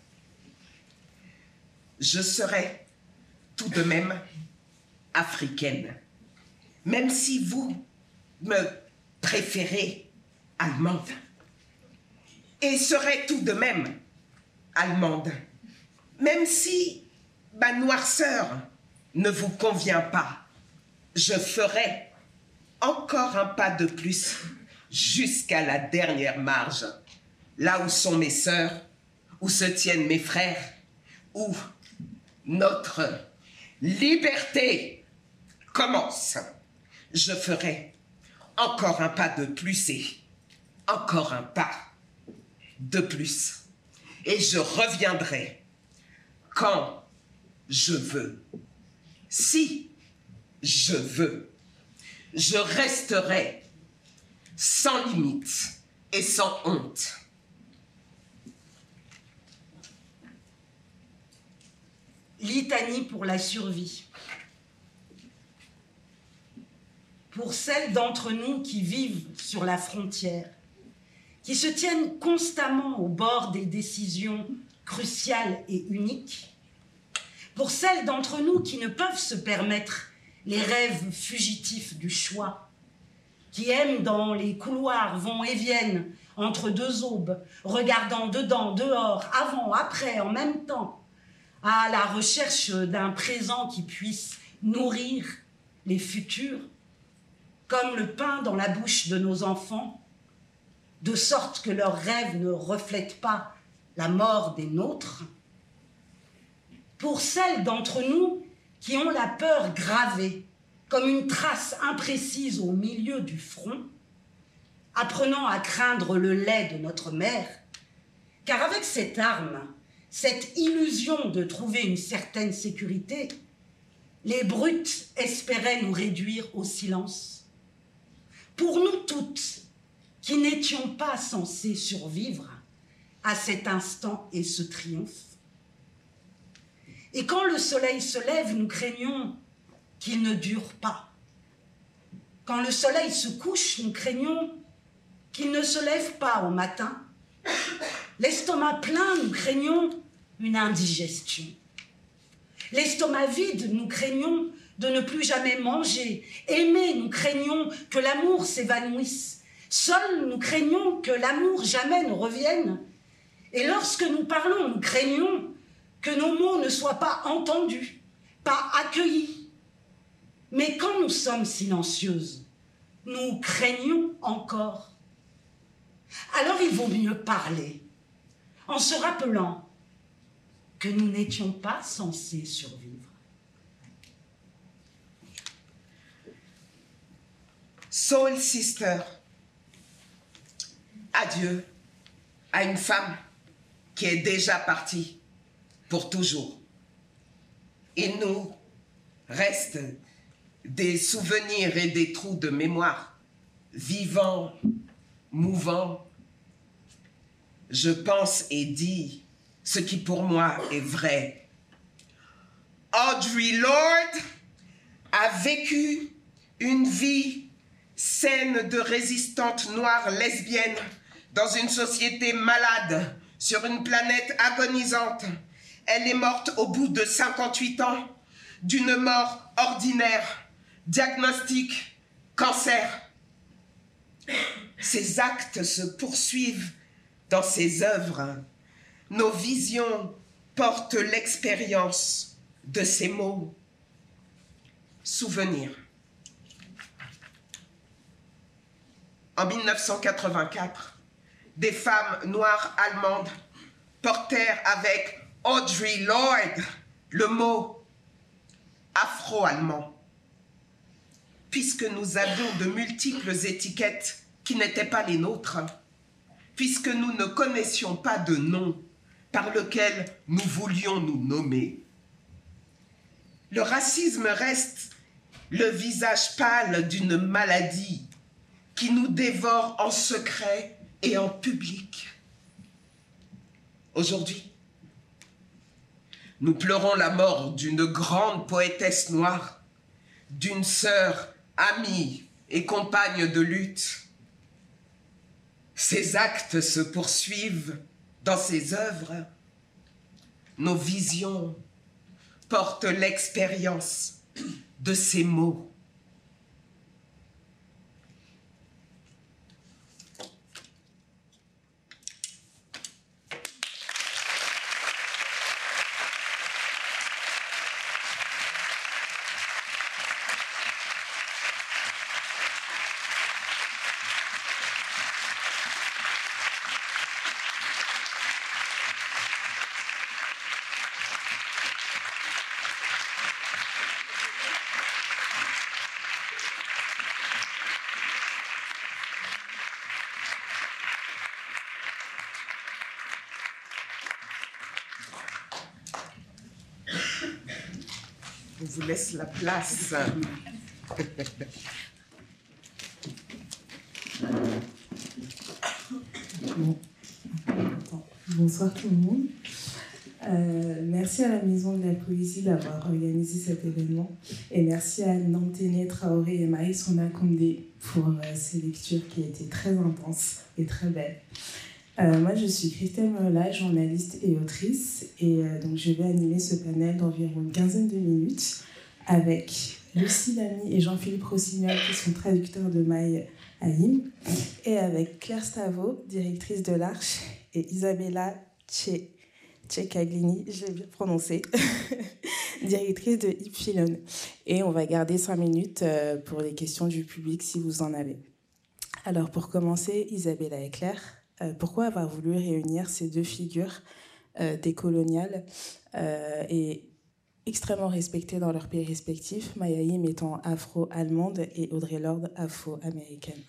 Je serai tout de même africaine, même si vous me préférez allemande, et serai tout de même allemande, même si ma noirceur ne vous convient pas. Je ferai encore un pas de plus jusqu'à la dernière marge, là où sont mes sœurs, où se tiennent mes frères, où notre liberté commence. Je ferai encore un pas de plus et encore un pas de plus. Et je reviendrai quand je veux. Si je veux, je resterai sans limite et sans honte.
Litanie pour la survie. Pour celles d'entre nous qui vivent sur la frontière, qui se tiennent constamment au bord des décisions cruciales et uniques, pour celles d'entre nous qui ne peuvent se permettre les rêves fugitifs du choix, qui aiment dans les couloirs, vont et viennent entre deux aubes, regardant dedans, dehors, avant, après, en même temps, à la recherche d'un présent qui puisse nourrir les futurs, comme le pain dans la bouche de nos enfants, de sorte que leurs rêves ne reflètent pas la mort des nôtres. Pour celles d'entre nous qui ont la peur gravée, comme une trace imprécise au milieu du front, apprenant à craindre le lait de notre mère, car avec cette arme, cette illusion de trouver une certaine sécurité, les brutes espéraient nous réduire au silence. Pour nous toutes, qui n'étions pas censées survivre à cet instant et ce triomphe. Et quand le soleil se lève, nous craignons qu'il ne dure pas. Quand le soleil se couche, nous craignons qu'il ne se lève pas au matin. L'estomac plein, nous craignons une indigestion. L'estomac vide, nous craignons de ne plus jamais manger. Aimer, nous craignons que l'amour s'évanouisse. Seuls, nous craignons que l'amour jamais ne revienne. Et lorsque nous parlons, nous craignons que nos mots ne soient pas entendus, pas accueillis. Mais quand nous sommes silencieuses, nous craignons encore. Alors il vaut mieux parler, en se rappelant que nous n'étions pas censés survivre.
Soul Sister, adieu à une femme qui est déjà partie pour toujours. Il nous reste des souvenirs et des trous de mémoire, vivants, mouvants. Je pense et dis ce qui pour moi est vrai. Audre Lorde a vécu une vie saine de résistante noire lesbienne dans une société malade, sur une planète agonisante. Elle est morte au bout de cinquante-huit ans d'une mort ordinaire. Diagnostic, cancer. Ses actes se poursuivent dans ses œuvres. Nos visions portent l'expérience de ces mots. Souvenir. En mille neuf cent quatre-vingt-quatre, des femmes noires allemandes portèrent avec Audre Lorde le mot afro-allemand. Puisque nous avions de multiples étiquettes qui n'étaient pas les nôtres, puisque nous ne connaissions pas de nom par lequel nous voulions nous nommer. Le racisme reste le visage pâle d'une maladie qui nous dévore en secret et en public. Aujourd'hui, nous pleurons la mort d'une grande poétesse noire, d'une sœur, amie et compagne de lutte. Ses actes se poursuivent dans ses œuvres. Nos visions portent l'expérience de ces mots. Je vous laisse la place.
Bonsoir tout le monde. Euh, merci à la Maison de la Poésie d'avoir organisé cet événement et merci à Nantene Traoré et Marie-Sona Condé pour euh, ces lectures qui étaient très intenses et très belles. Euh, moi, je suis Christelle Merola, journaliste et autrice, et euh, donc je vais animer ce panel d'environ une quinzaine de minutes avec Lucie Lamy et Jean-Philippe Rossignol, qui sont traducteurs de Maï-Haïm, et avec Claire Stavo, directrice de l'Arche, et Isabella Ceccaglini, je l'ai bien prononcé, directrice de Ypsilon. Et on va garder cinq minutes euh, pour les questions du public, si vous en avez. Alors, pour commencer, Isabella et Claire, Euh, pourquoi avoir voulu réunir ces deux figures euh, décoloniales euh, et extrêmement respectées dans leur pays respectifs, Maï-Haïm étant afro-allemande et Audre Lorde afro-américaine?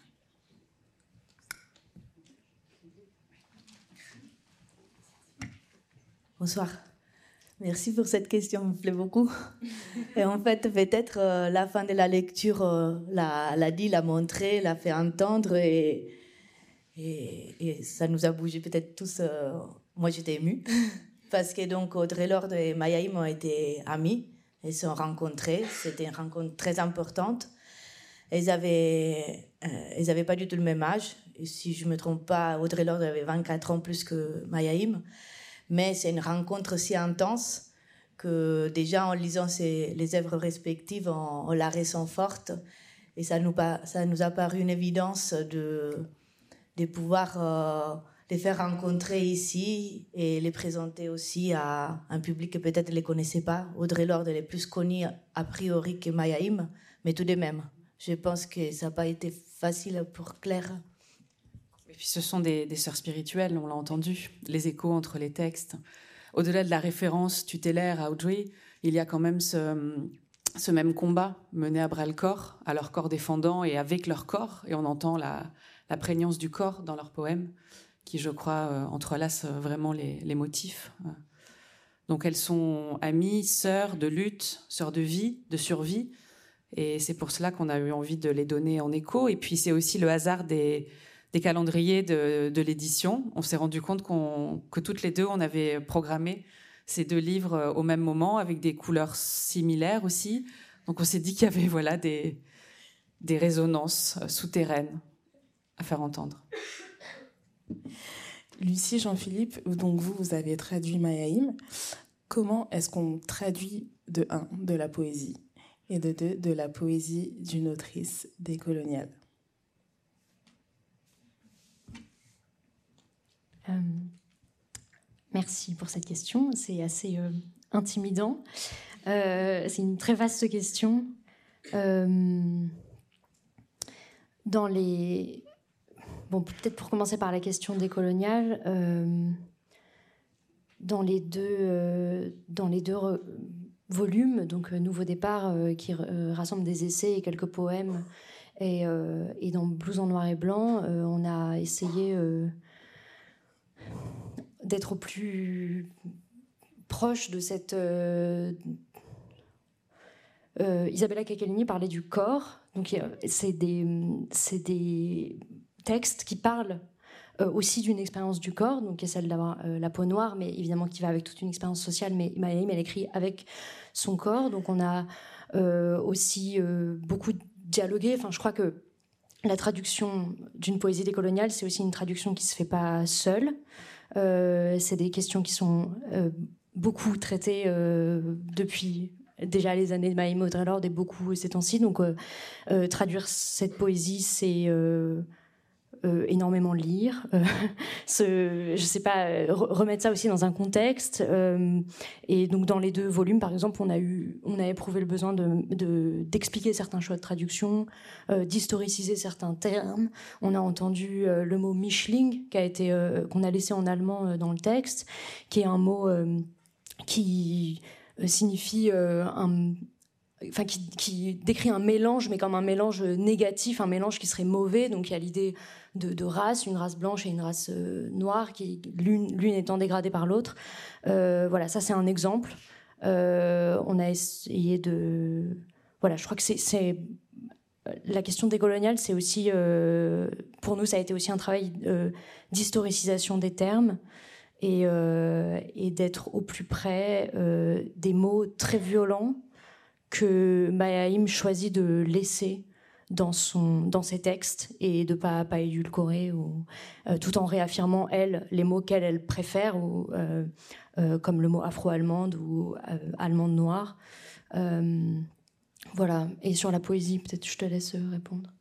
Bonsoir. Merci pour cette question, me plaît beaucoup. Et en fait, peut-être euh, la fin de la lecture euh, l'a, l'a dit, l'a montré, l'a fait entendre et... Et, et ça nous a bougé peut-être tous. Euh, moi, j'étais émue parce que donc Audre Lorde et Maï-Haïm ont été amis. Ils se sont rencontrés. C'était une rencontre très importante. Ils avaient, euh, ils avaient pas du tout le même âge. Et si je me trompe pas, Audre Lorde avait vingt-quatre ans plus que Maï-Haïm. Mais c'est une rencontre si intense que déjà en lisant ces, les œuvres respectives, on, on la ressent forte. Et ça nous, ça nous a paru une évidence de de pouvoir euh, les faire rencontrer ici et les présenter aussi à un public qui peut-être ne les connaissait pas. Audre Lorde, elle est plus connue a priori que Maï-Haïm, mais tout de même, je pense que ça n'a pas été facile pour Claire.
Et puis ce sont des, des sœurs spirituelles, on l'a entendu, les échos entre les textes. Au-delà de la référence tutélaire à Audre, il y a quand même ce, ce même combat mené à bras-le-corps, à leur corps défendant et avec leur corps, et on entend la... la prégnance du corps dans leurs poèmes, qui, je crois, euh, entrelacent vraiment les, les motifs. Donc elles sont amies, sœurs de lutte, sœurs de vie, de survie, et c'est pour cela qu'on a eu envie de les donner en écho. Et puis c'est aussi le hasard des, des calendriers de, de l'édition. On s'est rendu compte qu'on, que toutes les deux, on avait programmé ces deux livres au même moment, avec des couleurs similaires aussi. Donc on s'est dit qu'il y avait voilà, des, des résonances souterraines à faire entendre.
Lucie, Jean-Philippe, donc vous, vous avez traduit Maï-Haïm. Comment est-ce qu'on traduit de un, de la poésie, et de deux, de la poésie d'une autrice décoloniale?
euh, Merci pour cette question, c'est assez euh, intimidant. Euh, c'est une très vaste question. Euh, dans les... Bon, peut-être pour commencer par la question décoloniale, euh, dans les deux, euh, dans les deux re- volumes, donc euh, Nouveau Départ, euh, qui euh, rassemble des essais et quelques poèmes, et, euh, et dans Blues en noir et blanc, euh, on a essayé euh, d'être au plus proche de cette... Euh, euh, Isabella Caccalini parlait du corps, donc c'est des, c'est des textes qui parlent euh, aussi d'une expérience du corps, donc il y a celle d'avoir euh, la peau noire, mais évidemment qui va avec toute une expérience sociale, mais Maya Him, elle écrit avec son corps, donc on a euh, aussi euh, beaucoup dialogué, enfin je crois que la traduction d'une poésie décoloniale, c'est aussi une traduction qui ne se fait pas seule. Euh, c'est des questions qui sont euh, beaucoup traitées euh, depuis déjà les années de Maya Him Audre Lorde et beaucoup ces temps-ci. Donc, euh, euh, traduire cette poésie, c'est euh, euh, énormément lire. Euh, ce, je sais pas, remettre ça aussi dans un contexte. Euh, et donc, dans les deux volumes, par exemple, on a eu, on a éprouvé le besoin de, de, d'expliquer certains choix de traduction, euh, d'historiciser certains termes. On a entendu euh, le mot Mischling, qui a été, euh, qu'on a laissé en allemand euh, dans le texte, qui est un mot euh, qui euh, signifie euh, un Enfin, qui, qui décrit un mélange, mais comme un mélange négatif, un mélange qui serait mauvais. Donc il y a l'idée de, de race, une race blanche et une race euh, noire, qui l'une, l'une étant dégradée par l'autre. Euh, voilà, ça c'est un exemple. Euh, on a essayé de... Voilà, je crois que c'est... c'est... La question décoloniale, c'est aussi... Euh, pour nous, ça a été aussi un travail euh, d'historicisation des termes et, euh, et d'être au plus près euh, des mots très violents que Maya Him choisit de laisser dans, son, dans ses textes et de ne pas, pas édulcorer, ou, euh, tout en réaffirmant, elle, les mots qu'elle elle préfère, ou, euh, euh, comme le mot afro-allemande ou euh, allemande noire. Euh, voilà. Et sur la poésie, peut-être je te laisse répondre.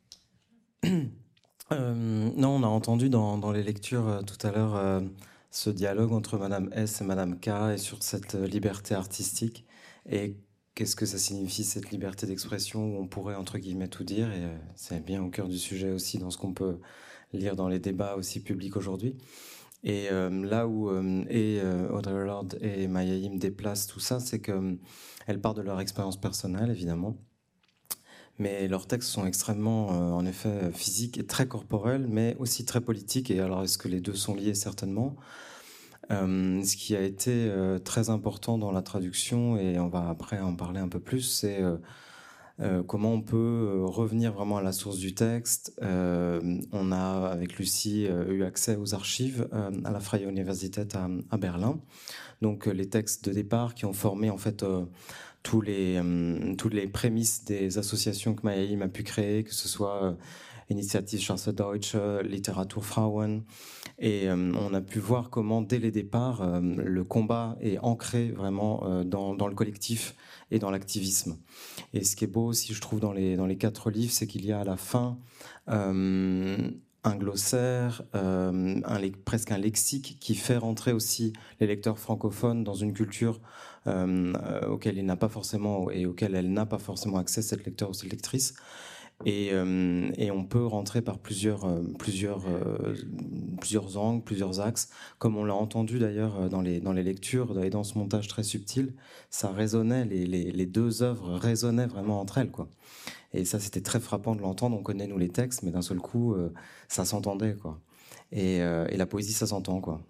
Euh, non, on a entendu dans, dans les lectures euh, tout à l'heure euh, ce dialogue entre Madame S et Madame K et sur cette euh, liberté artistique. Et qu'est-ce que ça signifie, cette liberté d'expression où on pourrait, entre guillemets, tout dire. Et euh, c'est bien au cœur du sujet aussi, dans ce qu'on peut lire dans les débats aussi publics aujourd'hui. Et euh, là où euh, et, euh, Audre Lorde et Maya Him déplacent tout ça, c'est qu'elles euh, partent de leur expérience personnelle, évidemment. Mais leurs textes sont extrêmement, euh, en effet, physiques et très corporels, mais aussi très politiques. Et alors, est-ce que les deux sont liés? Certainement. Euh, ce qui a été euh, très important dans la traduction, et on va après en parler un peu plus, c'est euh, euh, comment on peut euh, revenir vraiment à la source du texte. Euh, on a, avec Lucie, euh, eu accès aux archives euh, à la Freie Universität à, à Berlin. Donc euh, les textes de départ qui ont formé en fait euh, tous les euh, toutes les prémices des associations que Maya Him a pu créer, que ce soit euh, Initiative Schweizerdeutsche, Literatur Frauen. Et euh, on a pu voir comment, dès les départs, euh, le combat est ancré vraiment euh, dans, dans le collectif et dans l'activisme. Et ce qui est beau aussi, je trouve, dans les, dans les quatre livres, c'est qu'il y a à la fin euh, un glossaire, euh, un, presque un lexique qui fait rentrer aussi les lecteurs francophones dans une culture euh, euh, auquel il n'a pas forcément, et auquel elle n'a pas forcément accès, cette lecteur ou cette lectrice. Et, euh, et on peut rentrer par plusieurs, euh, plusieurs, euh, plusieurs angles, plusieurs axes, comme on l'a entendu d'ailleurs dans les, dans les lectures et dans ce montage très subtil. Ça résonnait, les, les, les deux œuvres résonnaient vraiment entre elles, quoi. Et ça, c'était très frappant de l'entendre. On connaît, nous, les textes, mais d'un seul coup, euh, ça s'entendait, quoi. Et, euh, et la poésie, ça s'entend, quoi.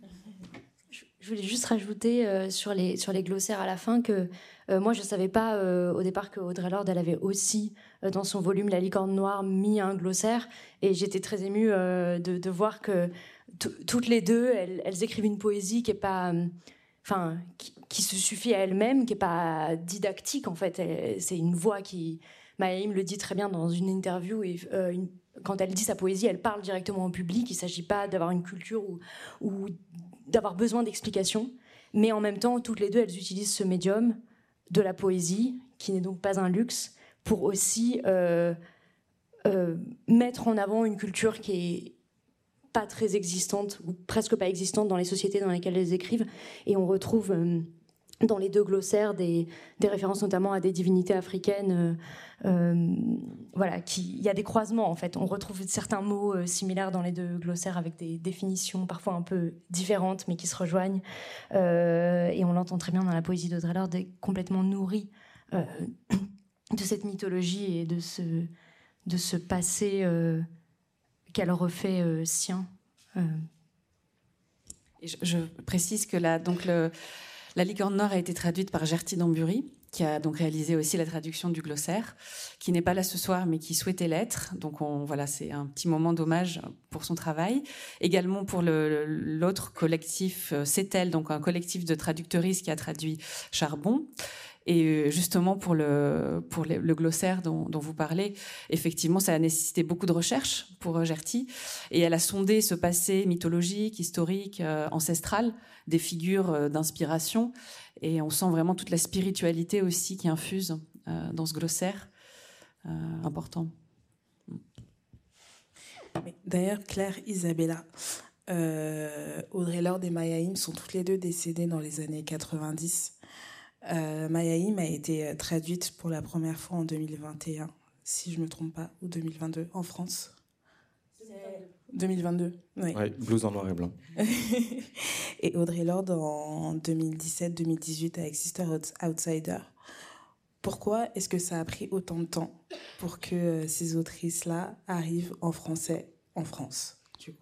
Je voulais juste rajouter euh, sur, les, sur les glossaires à la fin que euh, moi, je ne savais pas euh, au départ que Audre Lorde, elle avait aussi, euh, dans son volume La licorne noire, mis un glossaire. Et j'étais très émue euh, de, de voir que toutes les deux, elles, elles écrivent une poésie qui est pas... Enfin, euh, qui, qui se suffit à elle-même, qui n'est pas didactique, en fait. Elle, c'est une voix qui... Maya Him le dit très bien dans une interview, et euh, une, quand elle dit sa poésie, elle parle directement au public. Il ne s'agit pas d'avoir une culture ou... ou d'avoir besoin d'explications, mais en même temps, toutes les deux, elles utilisent ce médium de la poésie, qui n'est donc pas un luxe, pour aussi euh, euh, mettre en avant une culture qui est pas très existante, ou presque pas existante dans les sociétés dans lesquelles elles écrivent. Et on retrouve euh, dans les deux glossaires des, des références notamment à des divinités africaines. Euh, euh, voilà, il y a des croisements en fait. On retrouve certains mots euh, similaires dans les deux glossaires avec des définitions parfois un peu différentes mais qui se rejoignent. Euh, et on l'entend très bien dans la poésie d'Audre Lorde, complètement nourrie euh, de cette mythologie et de ce, de ce passé euh, qu'elle refait euh, sien. Euh.
Et je, je précise que la, donc le, la Licorne Noire a été traduite par Gerty Dambury, qui a donc réalisé aussi la traduction du glossaire, qui n'est pas là ce soir, mais qui souhaitait l'être. Donc on, voilà, c'est un petit moment d'hommage pour son travail. Également pour le, l'autre collectif, CETEL, donc un collectif de traducteuristes qui a traduit Charbon. Et justement, pour le, pour le, le glossaire dont, dont vous parlez, effectivement, ça a nécessité beaucoup de recherches pour Gerty. Et elle a sondé ce passé mythologique, historique, euh, ancestral, des figures euh, d'inspiration. Et on sent vraiment toute la spiritualité aussi qui infuse euh, dans ce glossaire. Euh, important.
D'ailleurs, Claire, Isabella, euh, Audre Lorde et Maya Him sont toutes les deux décédées dans les années quatre-vingt-dix. Euh, Maya Him a été traduite pour la première fois en deux mille vingt et un, si je ne me trompe pas, ou deux mille vingt-deux, en France. deux mille vingt-deux, oui.
Ouais, blues en noir et blanc.
Et Audre Lorde en deux mille dix-sept deux mille dix-huit avec Sister Outsider. Pourquoi est-ce que ça a pris autant de temps pour que ces autrices-là arrivent en français en France, du coup ?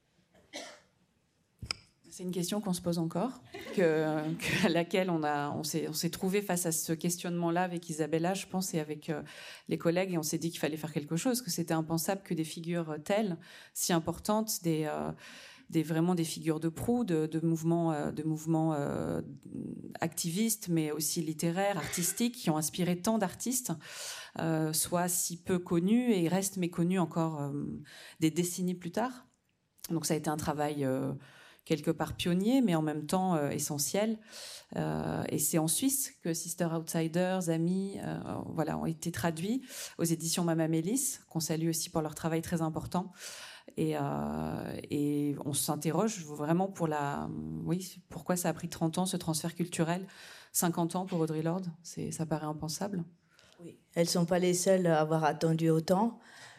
C'est une question qu'on se pose encore, que, que, à laquelle on, a, on, s'est, on s'est trouvé face à ce questionnement-là avec Isabella, je pense, et avec euh, les collègues, et on s'est dit qu'il fallait faire quelque chose, que c'était impensable que des figures telles, si importantes, des, euh, des, vraiment des figures de proue, de, de mouvements, euh, de mouvements euh, activistes, mais aussi littéraires, artistiques, qui ont inspiré tant d'artistes, euh, soient si peu connus et restent méconnus encore euh, des décennies plus tard. Donc ça a été un travail... Euh, quelque part pionnier, mais en même temps euh, essentiel. Euh, et c'est en Suisse que Sister Outsiders, Amis, euh, voilà, ont été traduits aux éditions Mama Mélis, qu'on salue aussi pour leur travail très important. Et, euh, et on s'interroge vraiment pour la, oui, pourquoi ça a pris trente ans ce transfert culturel, cinquante ans pour Audre Lorde, c'est, ça paraît impensable.
Oui, elles ne sont pas les seules à avoir attendu autant.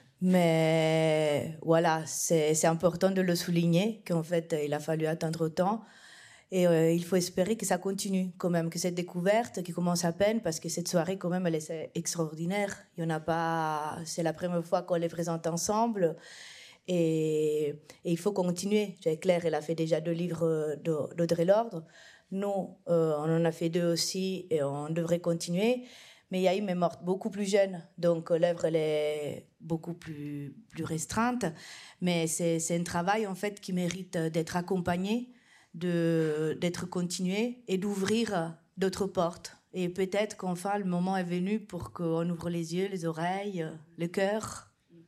Mais voilà, c'est, c'est important de le souligner, qu'en fait, il a fallu attendre autant. Et euh, il faut espérer que ça continue, quand même, que cette découverte qui commence à peine, parce que cette soirée, quand même, elle est extraordinaire. Il y en a pas... C'est la première fois qu'on les présente ensemble. Et, et il faut continuer. Claire, elle a fait déjà deux livres d'Audre Lorde. Nous, euh, on en a fait deux aussi, et on devrait continuer. Mais Yaïm est morte beaucoup plus jeune, donc l'œuvre elle est beaucoup plus, plus restreinte. Mais c'est, c'est un travail en fait qui mérite d'être accompagné, de, d'être continué et d'ouvrir d'autres portes. Et peut-être qu'enfin le moment est venu pour qu'on ouvre les yeux, les oreilles, le cœur.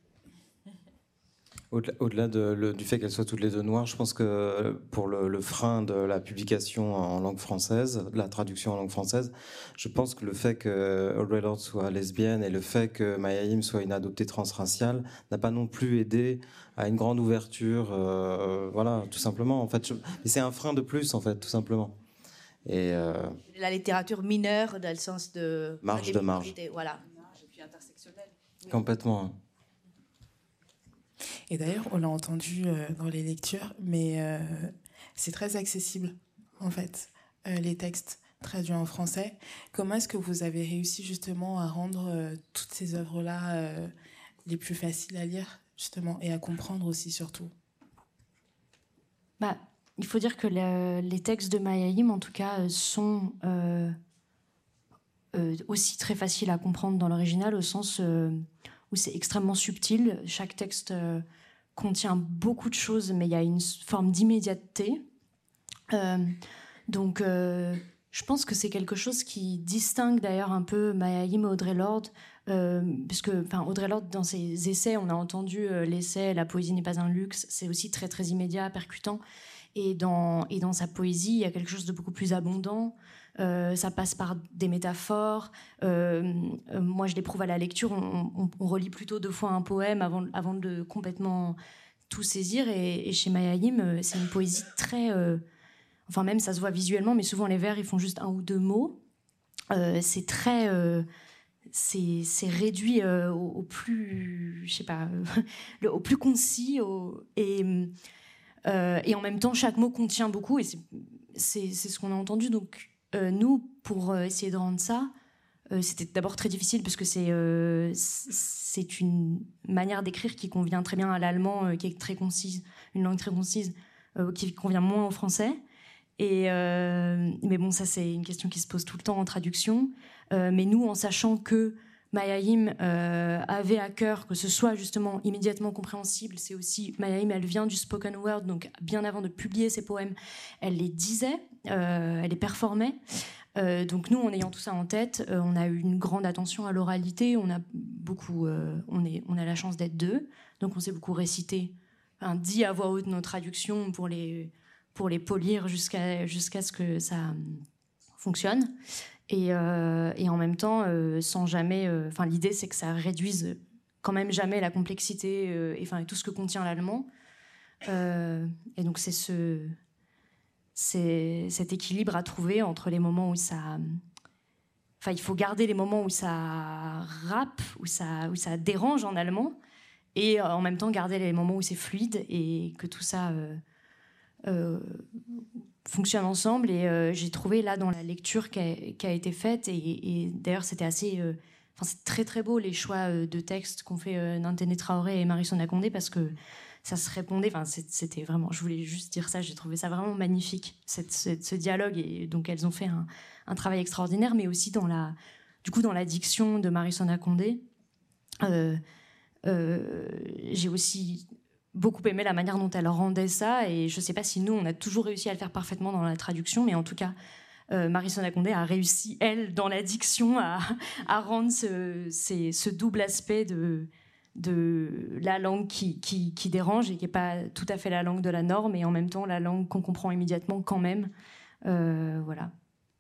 Au-delà, au-delà de, le, du fait qu'elles soient toutes les deux noires, je pense que pour le, le frein de la publication en langue française, de la traduction en langue française, je pense que le fait que Audre Lorde soit lesbienne et le fait que Maya Him soit une adoptée transraciale n'a pas non plus aidé à une grande ouverture, euh, voilà, tout simplement. En fait, je, et c'est un frein de plus, en fait, tout simplement. Et euh,
la littérature mineure dans le sens de
marge de marge.
Voilà.
Et puis intersectionnelle.
Complètement.
Et d'ailleurs, on l'a entendu euh, dans les lectures, mais euh, c'est très accessible, en fait, euh, les textes traduits en français. Comment est-ce que vous avez réussi justement à rendre euh, toutes ces œuvres-là euh, les plus faciles à lire, justement, et à comprendre aussi, surtout ?
Bah, il faut dire que le, les textes de Maya Him, en tout cas, sont euh, euh, aussi très faciles à comprendre dans l'original, au sens... Euh, où c'est extrêmement subtil. Chaque texte euh, contient beaucoup de choses, mais il y a une forme d'immédiateté. Euh, donc, euh, je pense que c'est quelque chose qui distingue d'ailleurs un peu Maya Him et Audre Lorde, euh, puisque Audre Lorde, dans ses essais, on a entendu euh, l'essai « La poésie n'est pas un luxe », c'est aussi très, très immédiat, percutant. Et dans, et dans sa poésie, il y a quelque chose de beaucoup plus abondant. Euh, ça passe par des métaphores. Euh, euh, moi, je l'éprouve à la lecture. On, on, on relit plutôt deux fois un poème avant, avant de complètement tout saisir. Et, et chez Maya Him, c'est une poésie très... Euh, enfin, même, ça se voit visuellement, mais souvent, les vers, ils font juste un ou deux mots. Euh, c'est très... Euh, c'est, c'est réduit euh, au, au plus... Je sais pas... Euh, le, au plus concis. Au, et... Euh, et en même temps, chaque mot contient beaucoup, et c'est, c'est, c'est ce qu'on a entendu. Donc, euh, nous, pour euh, essayer de rendre ça, euh, c'était d'abord très difficile, parce que c'est, euh, c'est une manière d'écrire qui convient très bien à l'allemand, euh, qui est très concise, une langue très concise. euh, qui convient moins au français. Et, euh, mais bon, ça, c'est une question qui se pose tout le temps en traduction. Euh, mais nous, en sachant que Mayayim euh, avait à cœur que ce soit justement immédiatement compréhensible, c'est aussi, Mayayim, elle vient du spoken word, donc bien avant de publier ses poèmes, elle les disait, euh, elle les performait. Euh, donc nous, en ayant tout ça en tête, euh, on a eu une grande attention à l'oralité, on a beaucoup, euh, on, est, on a la chance d'être deux, donc on s'est beaucoup récité, enfin, dit à voix haute nos traductions pour les, pour les polir jusqu'à, jusqu'à ce que ça fonctionne. Et, euh, et en même temps, euh, sans jamais... Enfin, euh, l'idée, c'est que ça réduise quand même jamais la complexité euh, et, enfin, tout ce que contient l'allemand. Euh, et donc, c'est ce... c'est cet équilibre à trouver entre les moments où ça... Enfin, il faut garder les moments où ça rappe, où ça, où ça dérange en allemand, et en même temps garder les moments où c'est fluide et que tout ça euh, euh, fonctionne ensemble. Et euh, j'ai trouvé là dans la lecture qui a, qui a été faite, et, et d'ailleurs c'était assez... Euh, enfin, c'est très très beau les choix euh, de textes qu'ont fait euh, Nantene Traoré et Marie-Sona Condé, parce que ça se répondait, enfin, c'était vraiment, je voulais juste dire ça, j'ai trouvé ça vraiment magnifique, cette, cette, ce dialogue, et donc elles ont fait un, un travail extraordinaire, mais aussi dans la, du coup, dans la diction de Marie-Sona Condé, euh, euh, j'ai aussi beaucoup aimé la manière dont elle rendait ça, et je sais pas si nous, on a toujours réussi à le faire parfaitement dans la traduction, mais en tout cas, euh, Marie-Sona Condé a réussi, elle, dans la diction, à, à rendre ce, ces, ce double aspect de... de la langue qui, qui, qui dérange et qui n'est pas tout à fait la langue de la norme, et en même temps la langue qu'on comprend immédiatement quand même. Euh, voilà.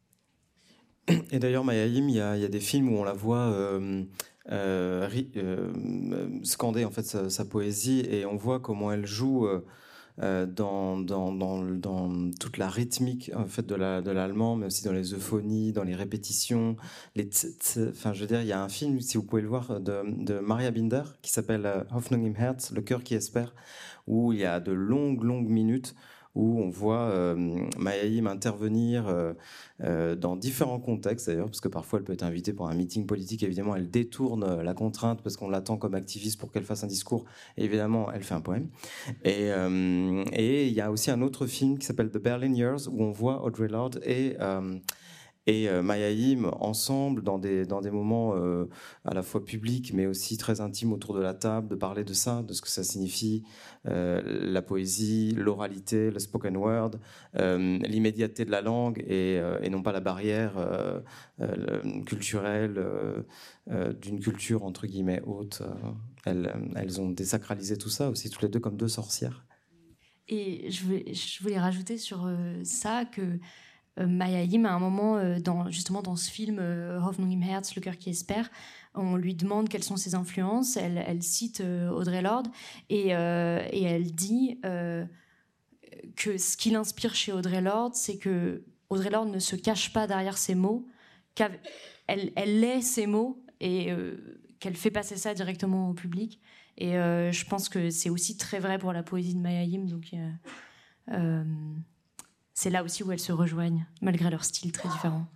Et d'ailleurs, Mayayim, il y, y a des films où on la voit euh, euh, euh, scander en fait sa, sa poésie, et on voit comment elle joue euh, dans, dans, dans, dans toute la rythmique en fait de, la, de l'allemand, mais aussi dans les euphonies, dans les répétitions, les tz, tz. Enfin, je veux dire, il y a un film, si vous pouvez le voir, de, de Maria Binder qui s'appelle Hoffnung im Herz, le cœur qui espère, où il y a de longues, longues minutes où on voit euh, Mayayim intervenir euh, euh, dans différents contextes d'ailleurs, parce que parfois elle peut être invitée pour un meeting politique, évidemment elle détourne la contrainte parce qu'on l'attend comme activiste pour qu'elle fasse un discours, et évidemment elle fait un poème. Et euh, et il y a aussi un autre film qui s'appelle The Berlin Years, où on voit Audre Lorde et euh, et euh, Mayayim ensemble dans des, dans des moments euh, à la fois publics mais aussi très intimes autour de la table, de parler de ça, de ce que ça signifie, euh, la poésie, l'oralité, le spoken word, euh, l'immédiateté de la langue, et, euh, et non pas la barrière euh, euh, culturelle euh, euh, d'une culture entre guillemets haute. Elles, elles ont désacralisé tout ça aussi, toutes les deux, comme deux sorcières.
Et je voulais, je voulais rajouter sur euh, ça que Mayayim, à un moment, dans, justement dans ce film euh, Hoffnung im Herz, le cœur qui espère, on lui demande quelles sont ses influences. Elle, elle cite euh, Audre Lorde, et, euh, et elle dit euh, que ce qui l'inspire chez Audre Lorde, c'est que Audre Lorde ne se cache pas derrière ses mots, qu'elle elle est ses mots, et euh, qu'elle fait passer ça directement au public. Et euh, je pense que c'est aussi très vrai pour la poésie de Mayayim. Donc euh, euh, c'est là aussi où elles se rejoignent, malgré leur style très différent.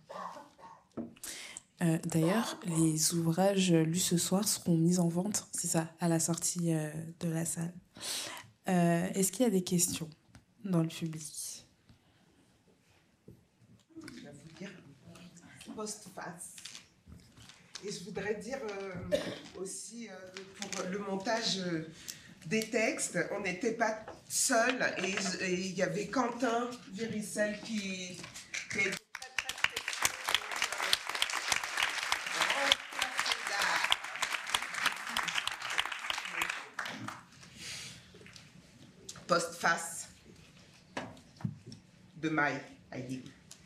Euh, d'ailleurs, les ouvrages lus ce soir seront mis en vente, c'est ça, à la sortie euh, de la salle. Euh, est-ce qu'il y a des questions dans le public ?
Je vais vous dire postface. Et je voudrais dire euh, aussi euh, pour le montage euh, des textes, on n'était pas seul, et il y avait Quentin Véricel qui, qui est très très précieux. Postface de Maï Heidi.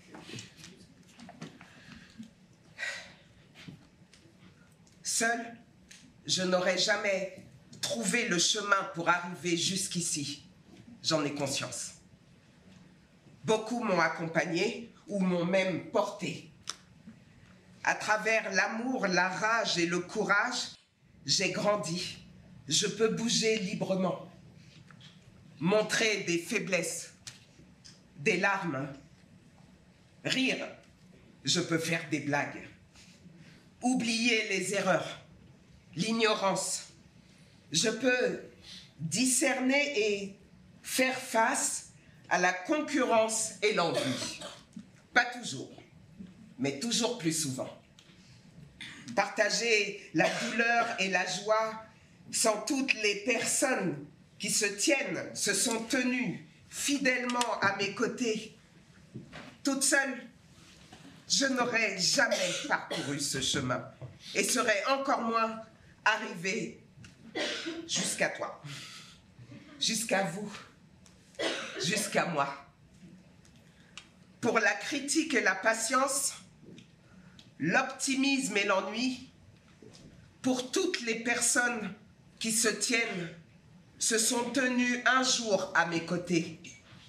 Seul, je n'aurais jamais trouvé le chemin pour arriver jusqu'ici. J'en ai conscience. Beaucoup m'ont accompagné ou m'ont même porté. À travers l'amour, la rage et le courage, j'ai grandi. Je peux bouger librement, montrer des faiblesses, des larmes, rire. Je peux faire des blagues. Oublier les erreurs, l'ignorance. Je peux discerner et faire face à la concurrence et l'envie. Pas toujours, mais toujours plus souvent. Partager la douleur et la joie sans toutes les personnes qui se tiennent, se sont tenues fidèlement à mes côtés. Toute seule, je n'aurais jamais parcouru ce chemin et serais encore moins arrivée jusqu'à toi, jusqu'à vous, jusqu'à moi. Pour la critique et la patience, l'optimisme et l'ennui, pour toutes les personnes qui se tiennent, se sont tenues un jour à mes côtés.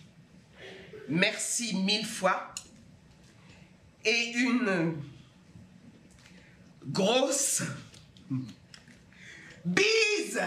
Merci mille fois et une grosse bise.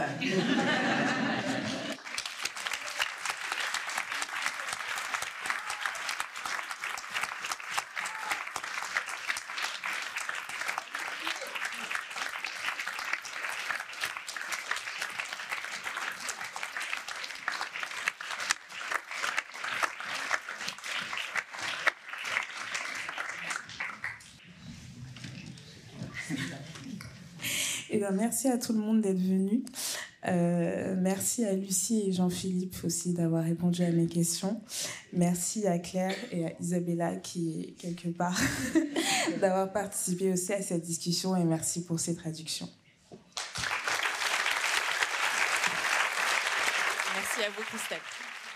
Eh bien, merci à tout le monde d'être venu. Euh, merci à Lucie et Jean-Philippe aussi d'avoir répondu à mes questions. Merci à Claire et à Isabella qui est quelque part d'avoir participé aussi à cette discussion et merci pour ces traductions.
Merci à vous, Christelle.